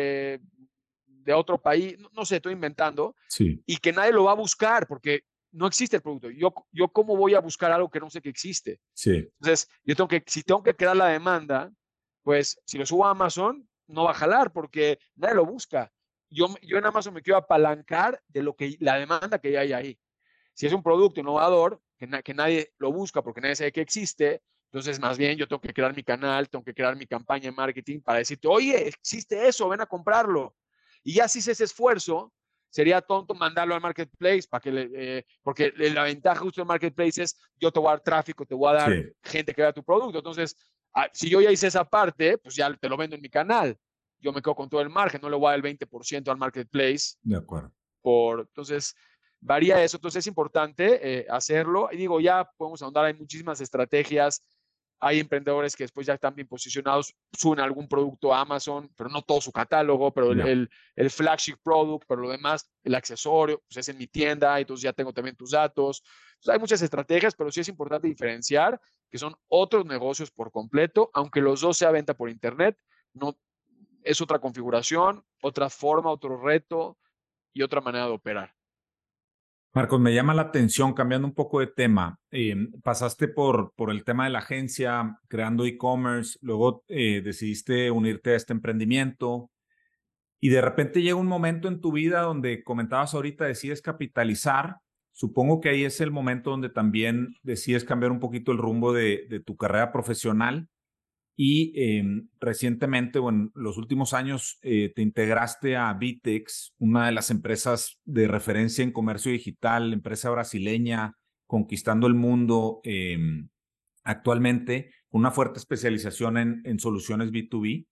de otro país, no sé, estoy inventando, sí, y que nadie lo va a buscar porque no existe el producto. Yo ¿cómo voy a buscar algo que no sé que existe? sí, Entonces, si tengo que crear la demanda, pues si lo subo a Amazon, no va a jalar porque nadie lo busca. Yo en Amazon me quiero apalancar de la demanda que ya hay ahí. Si es un producto innovador que nadie lo busca porque nadie sabe que existe, entonces más bien yo tengo que crear mi canal, tengo que crear mi campaña de marketing para decirte, oye, existe eso, ven a comprarlo. Y ya si ese esfuerzo, sería tonto mandarlo al marketplace porque la ventaja justo del marketplace es yo te voy a dar tráfico, te voy a dar sí, gente que vea tu producto. Entonces, si yo ya hice esa parte, pues ya te lo vendo en mi canal. Yo me quedo con todo el margen, no le voy a dar el 20% al marketplace de acuerdo. entonces, varía eso. Entonces, es importante hacerlo. Y digo, ya podemos ahondar, hay muchísimas estrategias. Hay emprendedores que después ya están bien posicionados, suben algún producto a Amazon, pero no todo su catálogo, pero Ya. el flagship product, pero lo demás, el accesorio, pues es en mi tienda, entonces ya tengo también tus datos. Entonces, hay muchas estrategias, pero sí es importante diferenciar que son otros negocios por completo, aunque los dos sea venta por Internet, no es otra configuración, otra forma, otro reto y otra manera de operar. Marcos, me llama la atención, cambiando un poco de tema. Pasaste por el tema de la agencia, creando e-commerce, luego decidiste unirte a este emprendimiento y de repente llega un momento en tu vida donde comentabas ahorita, decides capitalizar. Supongo que ahí es el momento donde también decides cambiar un poquito el rumbo de tu carrera profesional. Y recientemente, o en los últimos años, te integraste a Vitex, una de las empresas de referencia en comercio digital, empresa brasileña, conquistando el mundo actualmente, con una fuerte especialización en soluciones B2B.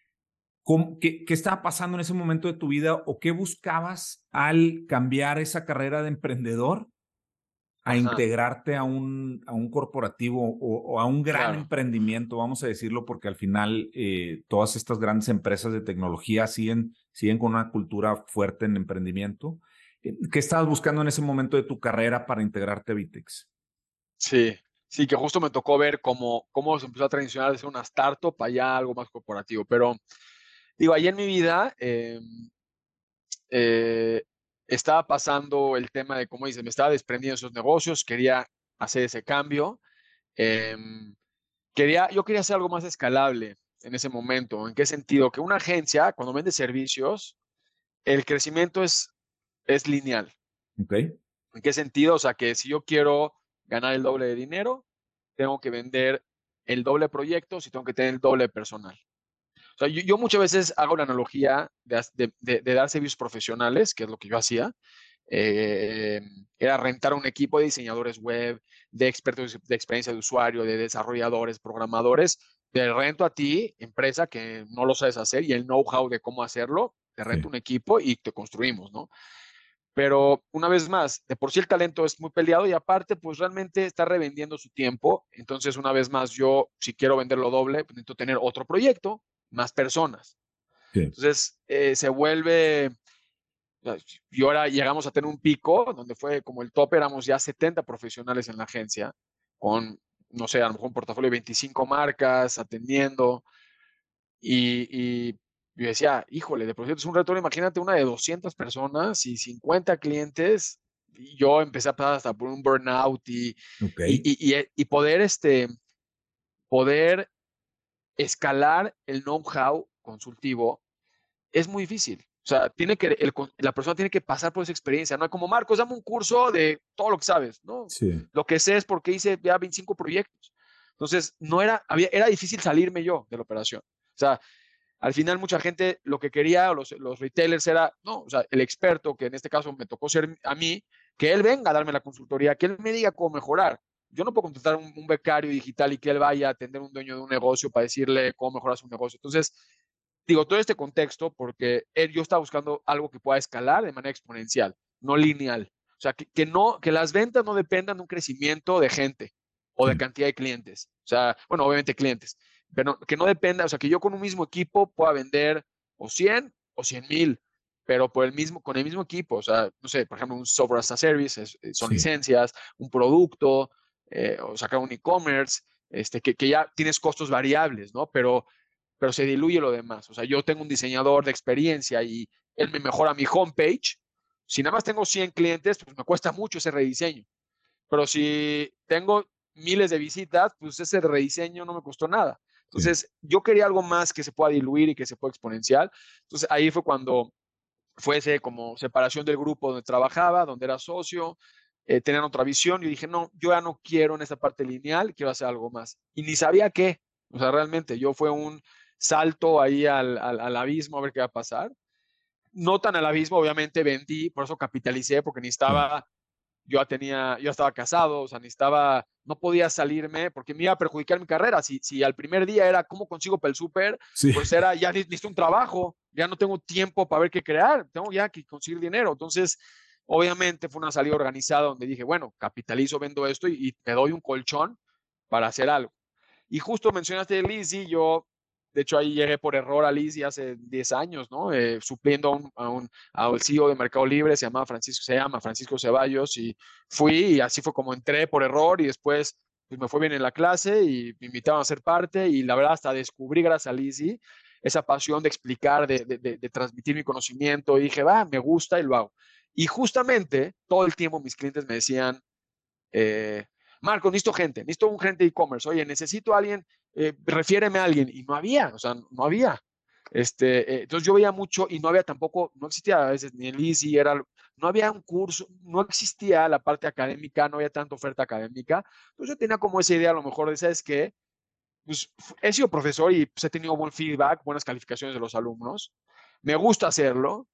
¿Qué estaba pasando en ese momento de tu vida o qué buscabas al cambiar esa carrera de emprendedor a Ajá, integrarte a un corporativo o a un gran claro. emprendimiento, vamos a decirlo, porque al final todas estas grandes empresas de tecnología siguen con una cultura fuerte en emprendimiento. ¿Qué estabas buscando en ese momento de tu carrera para integrarte a Vitex? Sí, sí, que justo me tocó ver cómo se empezó a transicionar de ser una startup a ya algo más corporativo. Pero digo, ahí en mi vida eh, estaba pasando el tema de, como dices, me estaba desprendiendo de esos negocios, quería hacer ese cambio. em, yo quería hacer algo más escalable en ese momento. ¿En qué sentido? Que una agencia, cuando vende servicios, el crecimiento es lineal. ¿Ok? ¿En qué sentido? O sea, que si yo quiero ganar el doble de dinero, tengo que vender el doble de proyectos y tengo que tener el doble de personal. O sea, yo muchas veces hago la analogía de dar servicios profesionales, que es lo que yo hacía. Eh, Era rentar un equipo de diseñadores web, de expertos de experiencia de usuario, de desarrolladores, programadores. Te rento a ti, empresa que no lo sabes hacer y el know-how de cómo hacerlo, te rento Sí, un equipo y te construimos, ¿no? Pero una vez más, de por sí el talento es muy peleado y aparte, pues realmente está revendiendo su tiempo. Entonces, una vez más, yo, si quiero venderlo doble, pues necesito tener otro proyecto, más personas. sí, Entonces, se vuelve, y ahora llegamos a tener un pico donde fue como el top, éramos ya 70 profesionales en la agencia, con, no sé, a lo mejor un portafolio de 25 marcas, atendiendo, y yo decía, híjole, de por sí es un reto, imagínate una de 200 personas y 50 clientes, y yo empecé a pasar hasta por un burnout Ok. y poder escalar el know-how consultivo es muy difícil. O sea, la persona tiene que pasar por esa experiencia. No es como, Marcos, dame un curso de todo lo que sabes. No, Sí. lo que sé es porque hice ya 25 proyectos. Entonces, era difícil salirme yo de la operación. O sea, al final mucha gente lo que quería, los retailers era, no, o sea, el experto, que en este caso me tocó ser a mí, que él venga a darme la consultoría, que él me diga cómo mejorar. Yo no puedo contratar un becario digital y que él vaya a atender a un dueño de un negocio para decirle cómo mejorar su negocio. Entonces, digo, todo este contexto porque yo estaba buscando algo que pueda escalar de manera exponencial, no lineal. O sea, que las ventas no dependan de un crecimiento de gente o de Sí. cantidad de clientes. O sea, bueno, obviamente clientes, pero que no dependa, o sea, que yo con un mismo equipo pueda vender o 100 o 100,000, pero con el mismo equipo. O sea, no sé, por ejemplo, un software as a service, son Sí. licencias, un producto, o sacar un e-commerce, que ya tienes costos variables, ¿no? Pero se diluye lo demás. O sea, yo tengo un diseñador de experiencia y él me mejora mi homepage. Si nada más tengo 100 clientes, pues me cuesta mucho ese rediseño. Pero si tengo miles de visitas, pues ese rediseño no me costó nada. Sí. Entonces, yo quería algo más que se pueda diluir y que se pueda exponencial. Entonces, ahí fue cuando fue ese como separación del grupo donde trabajaba, donde era socio, tenían otra visión. Yo dije, no, yo ya no quiero en esta parte lineal, quiero hacer algo más. Y ni sabía qué. O sea, realmente yo fue un salto ahí al abismo a ver qué va a pasar. No tan al abismo, obviamente vendí, por eso capitalicé, porque Claro. necesitaba, yo estaba casado, o sea, necesitaba, no podía salirme porque me iba a perjudicar mi carrera. Si al primer día era cómo consigo para el súper, Sí. pues era, ya necesito un trabajo, ya no tengo tiempo para ver qué crear, tengo ya que conseguir dinero. Entonces, obviamente fue una salida organizada donde dije, bueno, capitalizo, vendo esto y te doy un colchón para hacer algo. Y justo mencionaste a Lizzie, yo, de hecho, ahí llegué por error a Lizzie hace 10 años, ¿no? Supliendo al CEO de Mercado Libre, se llama Francisco Ceballos, y fui, y así fue como entré por error, y después pues, me fue bien en la clase, y me invitaban a ser parte, y la verdad hasta descubrí, gracias a Lizzie, esa pasión de explicar, de transmitir mi conocimiento, y dije, va, me gusta y lo hago. Y justamente todo el tiempo mis clientes me decían, eh, Marco, necesito un gente de e-commerce. Oye, necesito a alguien, refiéreme a alguien. Y no había, o sea, no había. Entonces yo veía mucho y no había tampoco, no existía a veces ni el Easy, no había un curso, no existía la parte académica, no había tanta oferta académica. Entonces yo tenía como esa idea a lo mejor de, ¿sabes qué? Pues he sido profesor y pues, he tenido buen feedback, buenas calificaciones de los alumnos. Me gusta hacerlo.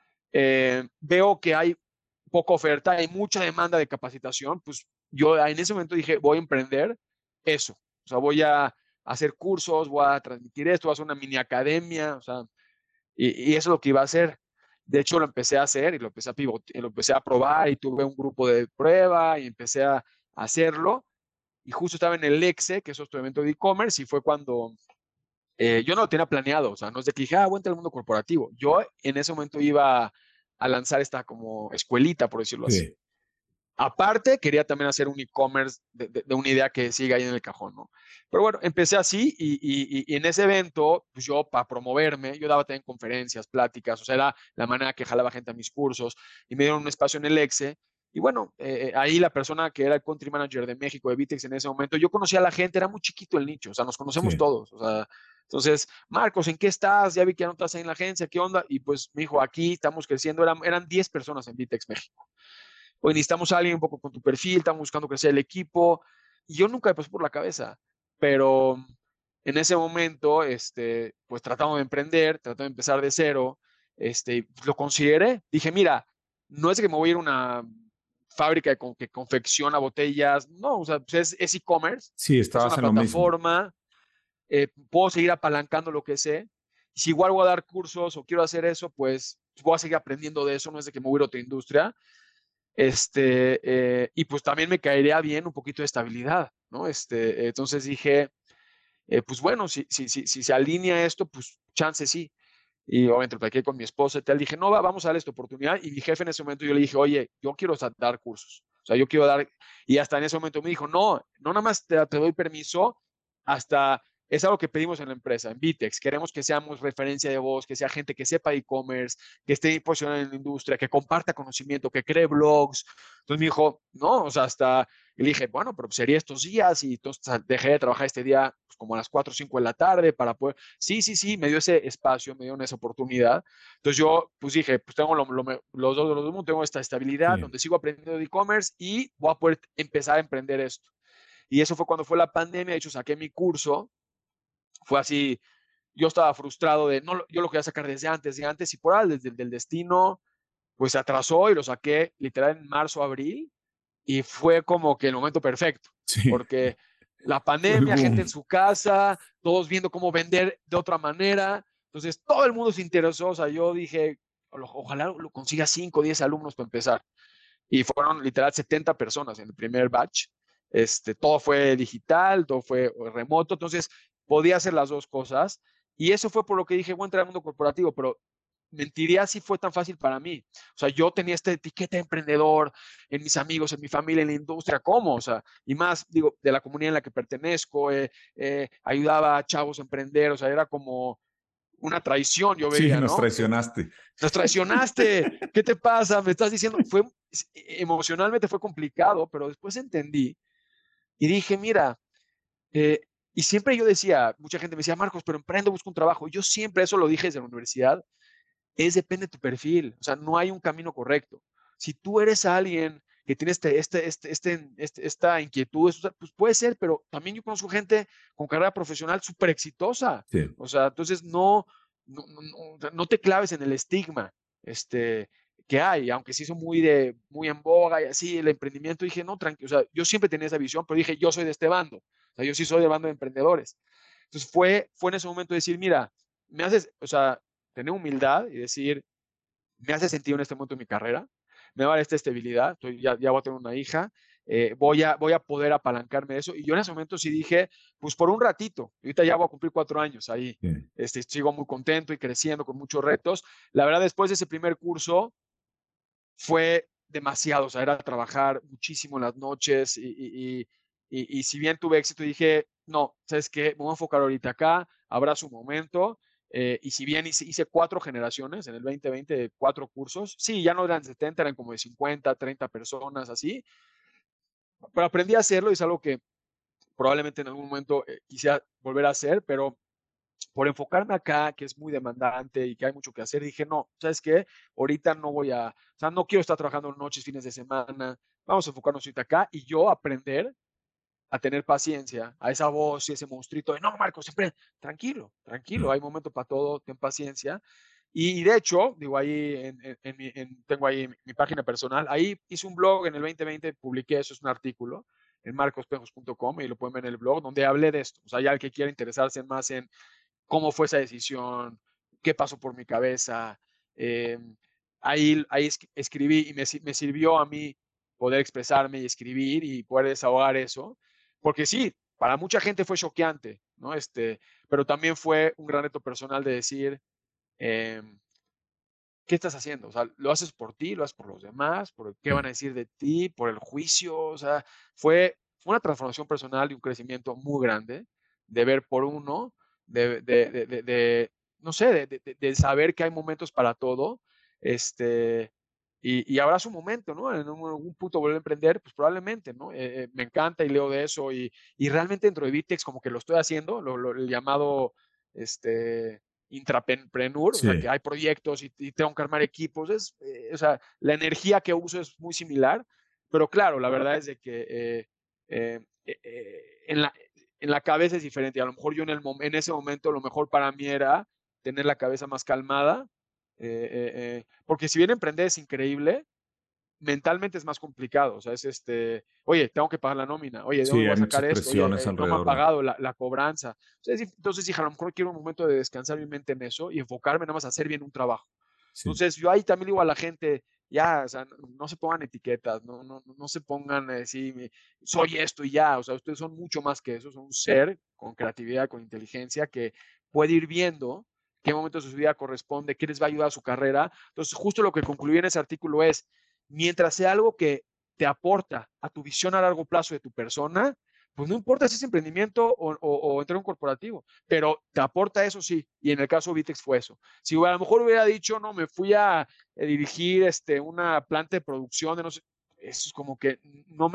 Veo que hay poca oferta, hay mucha demanda de capacitación, pues yo en ese momento dije, voy a emprender eso, o sea, voy a hacer cursos, voy a transmitir esto, voy a hacer una mini academia, o sea, y eso es lo que iba a hacer. De hecho, lo empecé a hacer y lo empecé a pivotear, lo empecé a probar y tuve un grupo de prueba y empecé a hacerlo. Y justo estaba en el EXE, que es otro evento de e-commerce, y fue cuando yo no lo tenía planeado, o sea, no es de que dije, voy a entrar al mundo corporativo. Yo en ese momento iba a lanzar esta como escuelita, por decirlo así. Sí. Aparte, quería también hacer un e-commerce de una idea que sigue ahí en el cajón, ¿no? Pero bueno, empecé así y en ese evento, pues yo para promoverme, yo daba también conferencias, pláticas, o sea, era la manera que jalaba gente a mis cursos y me dieron un espacio en el EXE. Y bueno, ahí la persona que era el country manager de México, de Vitex en ese momento, yo conocía a la gente, era muy chiquito el nicho, o sea, nos conocemos Sí. todos, o sea, entonces, Marcos, ¿en qué estás? Ya vi que ya no estás ahí en la agencia, ¿qué onda? Y pues me dijo, aquí estamos creciendo, eran 10 personas en Vitex México. Hoy necesitamos a alguien un poco con tu perfil, estamos buscando crecer el equipo. Y yo nunca me pasó por la cabeza, pero en ese momento, pues tratamos de emprender, tratamos de empezar de cero, lo consideré. Dije, mira, no es que me voy a ir a una fábrica que confecciona botellas, no, o sea, pues es e-commerce, Sí, es estabas una en lo mismo. plataforma, puedo seguir apalancando lo que sé. Y si igual voy a dar cursos o quiero hacer eso, pues voy a seguir aprendiendo de eso, no es de que me voy a ir a otra industria. Y pues también me caería bien un poquito de estabilidad, ¿no? Entonces dije, pues bueno, si se alinea esto, pues chance sí. Y obviamente lo platiqué con mi esposa y tal, dije, no, vamos a darle esta oportunidad. Y mi jefe en ese momento yo le dije, oye, yo quiero dar cursos. O sea, yo quiero dar, y hasta en ese momento me dijo, no, no nada más te doy permiso, hasta es algo que pedimos en la empresa, en Vitex. Queremos que seamos referencia de voz, que sea gente que sepa e-commerce, que esté posicionada en la industria, que comparta conocimiento, que cree blogs. Entonces me dijo, no, o sea, hasta, y le dije, bueno, pero sería estos días y entonces dejé de trabajar este día pues, como a las 4 o 5 de la tarde para poder, sí, me dio ese espacio, me dio esa oportunidad. Entonces yo pues dije, pues tengo los dos, tengo esta estabilidad Sí. donde sigo aprendiendo de e-commerce y voy a poder empezar a emprender esto. Y eso fue cuando fue la pandemia, de hecho saqué mi curso, fue así, yo estaba frustrado de, no, yo lo quería sacar desde antes y por ahí, desde el destino, pues se atrasó y lo saqué literal en marzo, abril, y fue como que el momento perfecto, Sí. porque la Fue el pandemia, gente boom. en su casa, todos viendo cómo vender de otra manera, entonces todo el mundo se interesó, o sea, yo dije, ojalá lo consiga 5 o 10 alumnos para empezar, y fueron literal 70 personas en el primer batch. Todo fue digital, todo fue remoto, entonces podía hacer las dos cosas. Y eso fue por lo que dije, voy a entrar al mundo corporativo, pero mentiría si fue tan fácil para mí. O sea, yo tenía esta etiqueta de emprendedor en mis amigos, en mi familia, en la industria, ¿cómo? O sea, y más, digo, de la comunidad en la que pertenezco, ayudaba a chavos a emprender, o sea, era como una traición, yo Sí, veía, nos ¿no? traicionaste. Nos traicionaste, ¿qué te pasa? Me estás diciendo, emocionalmente fue complicado, pero después entendí y dije, mira, eh, y siempre yo decía, mucha gente me decía, Marcos, pero emprendo, busco un trabajo. Yo siempre eso lo dije desde la universidad, depende de tu perfil, o sea, no hay un camino correcto. Si tú eres alguien que tiene esta inquietud, pues puede ser, pero también yo conozco gente con carrera profesional súper exitosa. Sí. O sea, entonces no te claves en el estigma que hay, aunque sí son muy en boga y así, el emprendimiento, dije, no, tranquilo, o sea, yo siempre tenía esa visión, pero dije, yo soy de este bando, o sea, yo sí soy del bando de emprendedores. Entonces fue en ese momento decir, mira, me haces, o sea, tener humildad y decir, me hace sentido en este momento de mi carrera, me va a dar esta estabilidad, ya voy a tener una hija, voy a poder apalancarme de eso. Y yo en ese momento sí dije, pues por un ratito, ahorita ya voy a cumplir 4 años ahí, Sí. sigo muy contento y creciendo con muchos retos. La verdad, después de ese primer curso fue demasiado, o sea, era trabajar muchísimo en las noches y si bien tuve éxito, dije, no, ¿sabes qué? Me voy a enfocar ahorita acá, habrá su momento. Y si bien hice 4 generaciones en el 2020 de 4 cursos, sí, ya no eran 70, eran como de 50, 30 personas, así, pero aprendí a hacerlo y es algo que probablemente en algún momento quisiera volver a hacer, pero por enfocarme acá, que es muy demandante y que hay mucho que hacer, dije, no, ¿sabes qué? Ahorita no o sea, no quiero estar trabajando noches, fines de semana, vamos a enfocarnos ahorita acá y yo aprender a tener paciencia, a esa voz y ese monstruito de, no, Marco, siempre, tranquilo, tranquilo, Sí. hay momento para todo, ten paciencia. Y de hecho, digo, ahí tengo ahí mi página personal, ahí hice un blog en el 2020, publiqué eso, es un artículo en marcospejos.com y lo pueden ver en el blog, donde hablé de esto. O sea, ya el que quiera interesarse más en cómo fue esa decisión, qué pasó por mi cabeza. Eh, ahí escribí y me sirvió a mí poder expresarme y escribir y poder desahogar eso, porque sí, para mucha gente fue choqueante, ¿no? Pero también fue un gran reto personal de decir, eh, ¿qué estás haciendo? O sea, ¿lo haces por ti? ¿Lo haces por los demás? ¿Por qué van Sí. a decir de ti? ¿Por el juicio? O sea, fue una transformación personal y un crecimiento muy grande de ver por uno, no sé, de saber que hay momentos para todo, y habrá su momento, ¿no? En algún punto volver a emprender, pues probablemente, ¿no? Me encanta y leo de eso y realmente dentro de Vitex como que lo estoy haciendo, el llamado, intrapreneur, o sea, que Sí. hay proyectos y tengo que armar equipos, o sea, la energía que uso es muy similar, pero claro, la verdad es de que en la cabeza es diferente. A lo mejor yo en ese momento lo mejor para mí era tener la cabeza más calmada, porque si bien emprender es increíble, mentalmente es más complicado. O sea, oye, tengo que pagar la nómina, oye, ¿de dónde Sí, voy hay a muchas sacar esto? presiones Oye, no me han alrededor de. pagado la cobranza. O sea, entonces dije, a lo mejor quiero un momento de descansar mi mente en eso y enfocarme nada más a hacer bien un trabajo. Sí. Entonces, yo ahí también digo a la gente, ya, o sea, no se pongan etiquetas, no se pongan a decir, soy esto y ya, o sea, ustedes son mucho más que eso, son un ser con creatividad, con inteligencia, que puede ir viendo qué momentos de su vida corresponde, qué les va a ayudar a su carrera. Entonces, justo lo que concluí en ese artículo es, mientras sea algo que te aporta a tu visión a largo plazo de tu persona, pues no importa si es emprendimiento o entrar a un corporativo, pero te aporta eso sí, y en el caso de Vitex fue eso. Si a lo mejor hubiera dicho, no, me fui a dirigir una planta de producción de no sé, eso es como que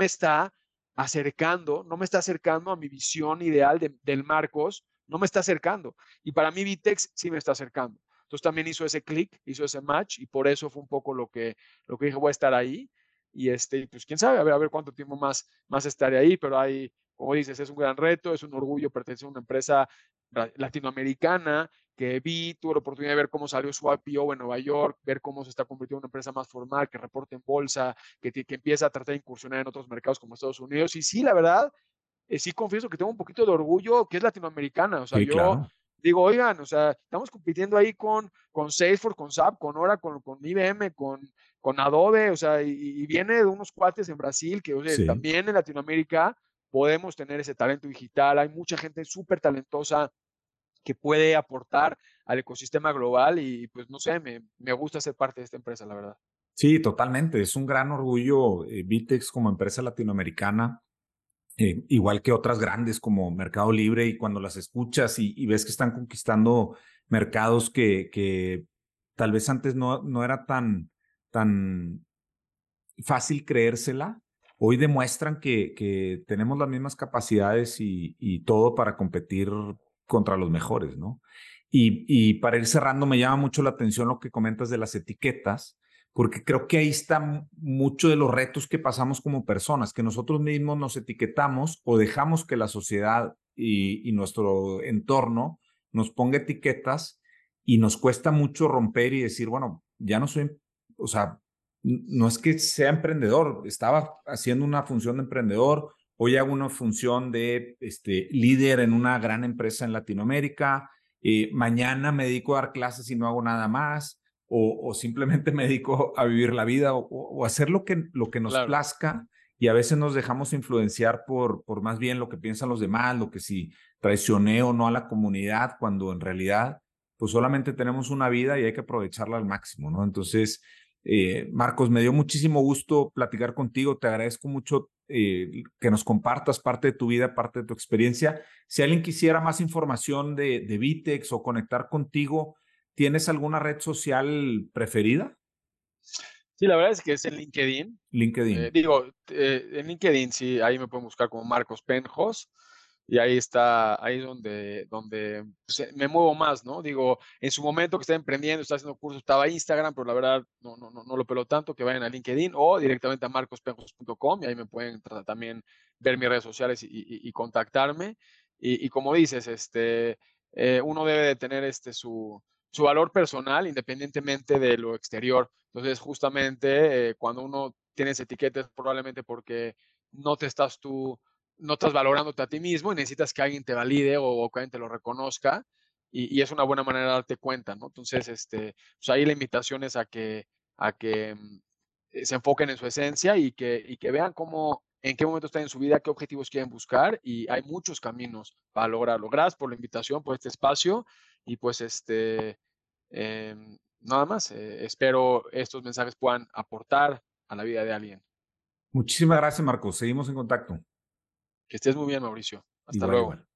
no me está acercando a mi visión ideal del Marcos, no me está acercando. Y para mí Vitex sí me está acercando. Entonces también hizo ese clic, hizo ese match y por eso fue un poco lo que dije, voy a estar ahí. Y pues quién sabe, a ver cuánto tiempo más estaré ahí, pero hay, como dices, es un gran reto, es un orgullo pertenecer a una empresa latinoamericana que tuve la oportunidad de ver cómo salió su IPO en Nueva York, ver cómo se está convirtiendo en una empresa más formal, que reporta en bolsa, que empieza a tratar de incursionar en otros mercados como Estados Unidos. Y sí, la verdad, sí confieso que tengo un poquito de orgullo que es latinoamericana. O sea, Sí, yo claro. digo, oigan, o sea, estamos compitiendo ahí con Salesforce, con SAP, con Oracle, con IBM, con Adobe, o sea, y viene de unos cuates en Brasil que, oye, Sí. también en Latinoamérica podemos tener ese talento digital. Hay mucha gente súper talentosa que puede aportar al ecosistema global y pues no sé, me gusta ser parte de esta empresa, la verdad. Sí, totalmente. Es un gran orgullo Vitex como empresa latinoamericana, igual que otras grandes como Mercado Libre, y cuando las escuchas y ves que están conquistando mercados que tal vez antes no era tan fácil creérsela, hoy demuestran que tenemos las mismas capacidades y todo para competir contra los mejores, ¿no? Y para ir cerrando, me llama mucho la atención lo que comentas de las etiquetas, porque creo que ahí está mucho de los retos que pasamos como personas, que nosotros mismos nos etiquetamos o dejamos que la sociedad y nuestro entorno nos ponga etiquetas y nos cuesta mucho romper y decir, bueno, ya no soy, o sea, no es que sea emprendedor, estaba haciendo una función de emprendedor, hoy hago una función de líder en una gran empresa en Latinoamérica, mañana me dedico a dar clases y no hago nada más, o simplemente me dedico a vivir la vida o hacer lo que nos Claro. plazca, y a veces nos dejamos influenciar por más bien lo que piensan los demás, lo que si traicioné o no a la comunidad, cuando en realidad pues solamente tenemos una vida y hay que aprovecharla al máximo, ¿no? Entonces, Marcos, me dio muchísimo gusto platicar contigo. Te agradezco mucho que nos compartas parte de tu vida, parte de tu experiencia. Si alguien quisiera más información de Vitex o conectar contigo, ¿tienes alguna red social preferida? Sí, la verdad es que es en LinkedIn. LinkedIn. En LinkedIn sí, ahí me pueden buscar como Marcos Penjos y ahí está, ahí es donde pues, me muevo más, ¿no? Digo, en su momento que estaba emprendiendo, estaba haciendo cursos, estaba Instagram, pero la verdad no lo pelo tanto, que vayan a LinkedIn o directamente a marcospenjos.com y ahí me pueden también ver mis redes sociales y contactarme. Y como dices, uno debe de tener su valor personal independientemente de lo exterior. Entonces, justamente cuando uno tiene esa etiqueta es probablemente porque no te estás tú, no estás valorándote a ti mismo y necesitas que alguien te valide o que alguien te lo reconozca y es una buena manera de darte cuenta, ¿no? Entonces, pues ahí la invitación es a que se enfoquen en su esencia y que vean en qué momento están en su vida, qué objetivos quieren buscar y hay muchos caminos para lograrlo. Gracias por la invitación, por este espacio y pues nada más, espero estos mensajes puedan aportar a la vida de alguien. Muchísimas gracias, Marcos. Seguimos en contacto. Que estés muy bien, Mauricio. Hasta Igual, luego. igual.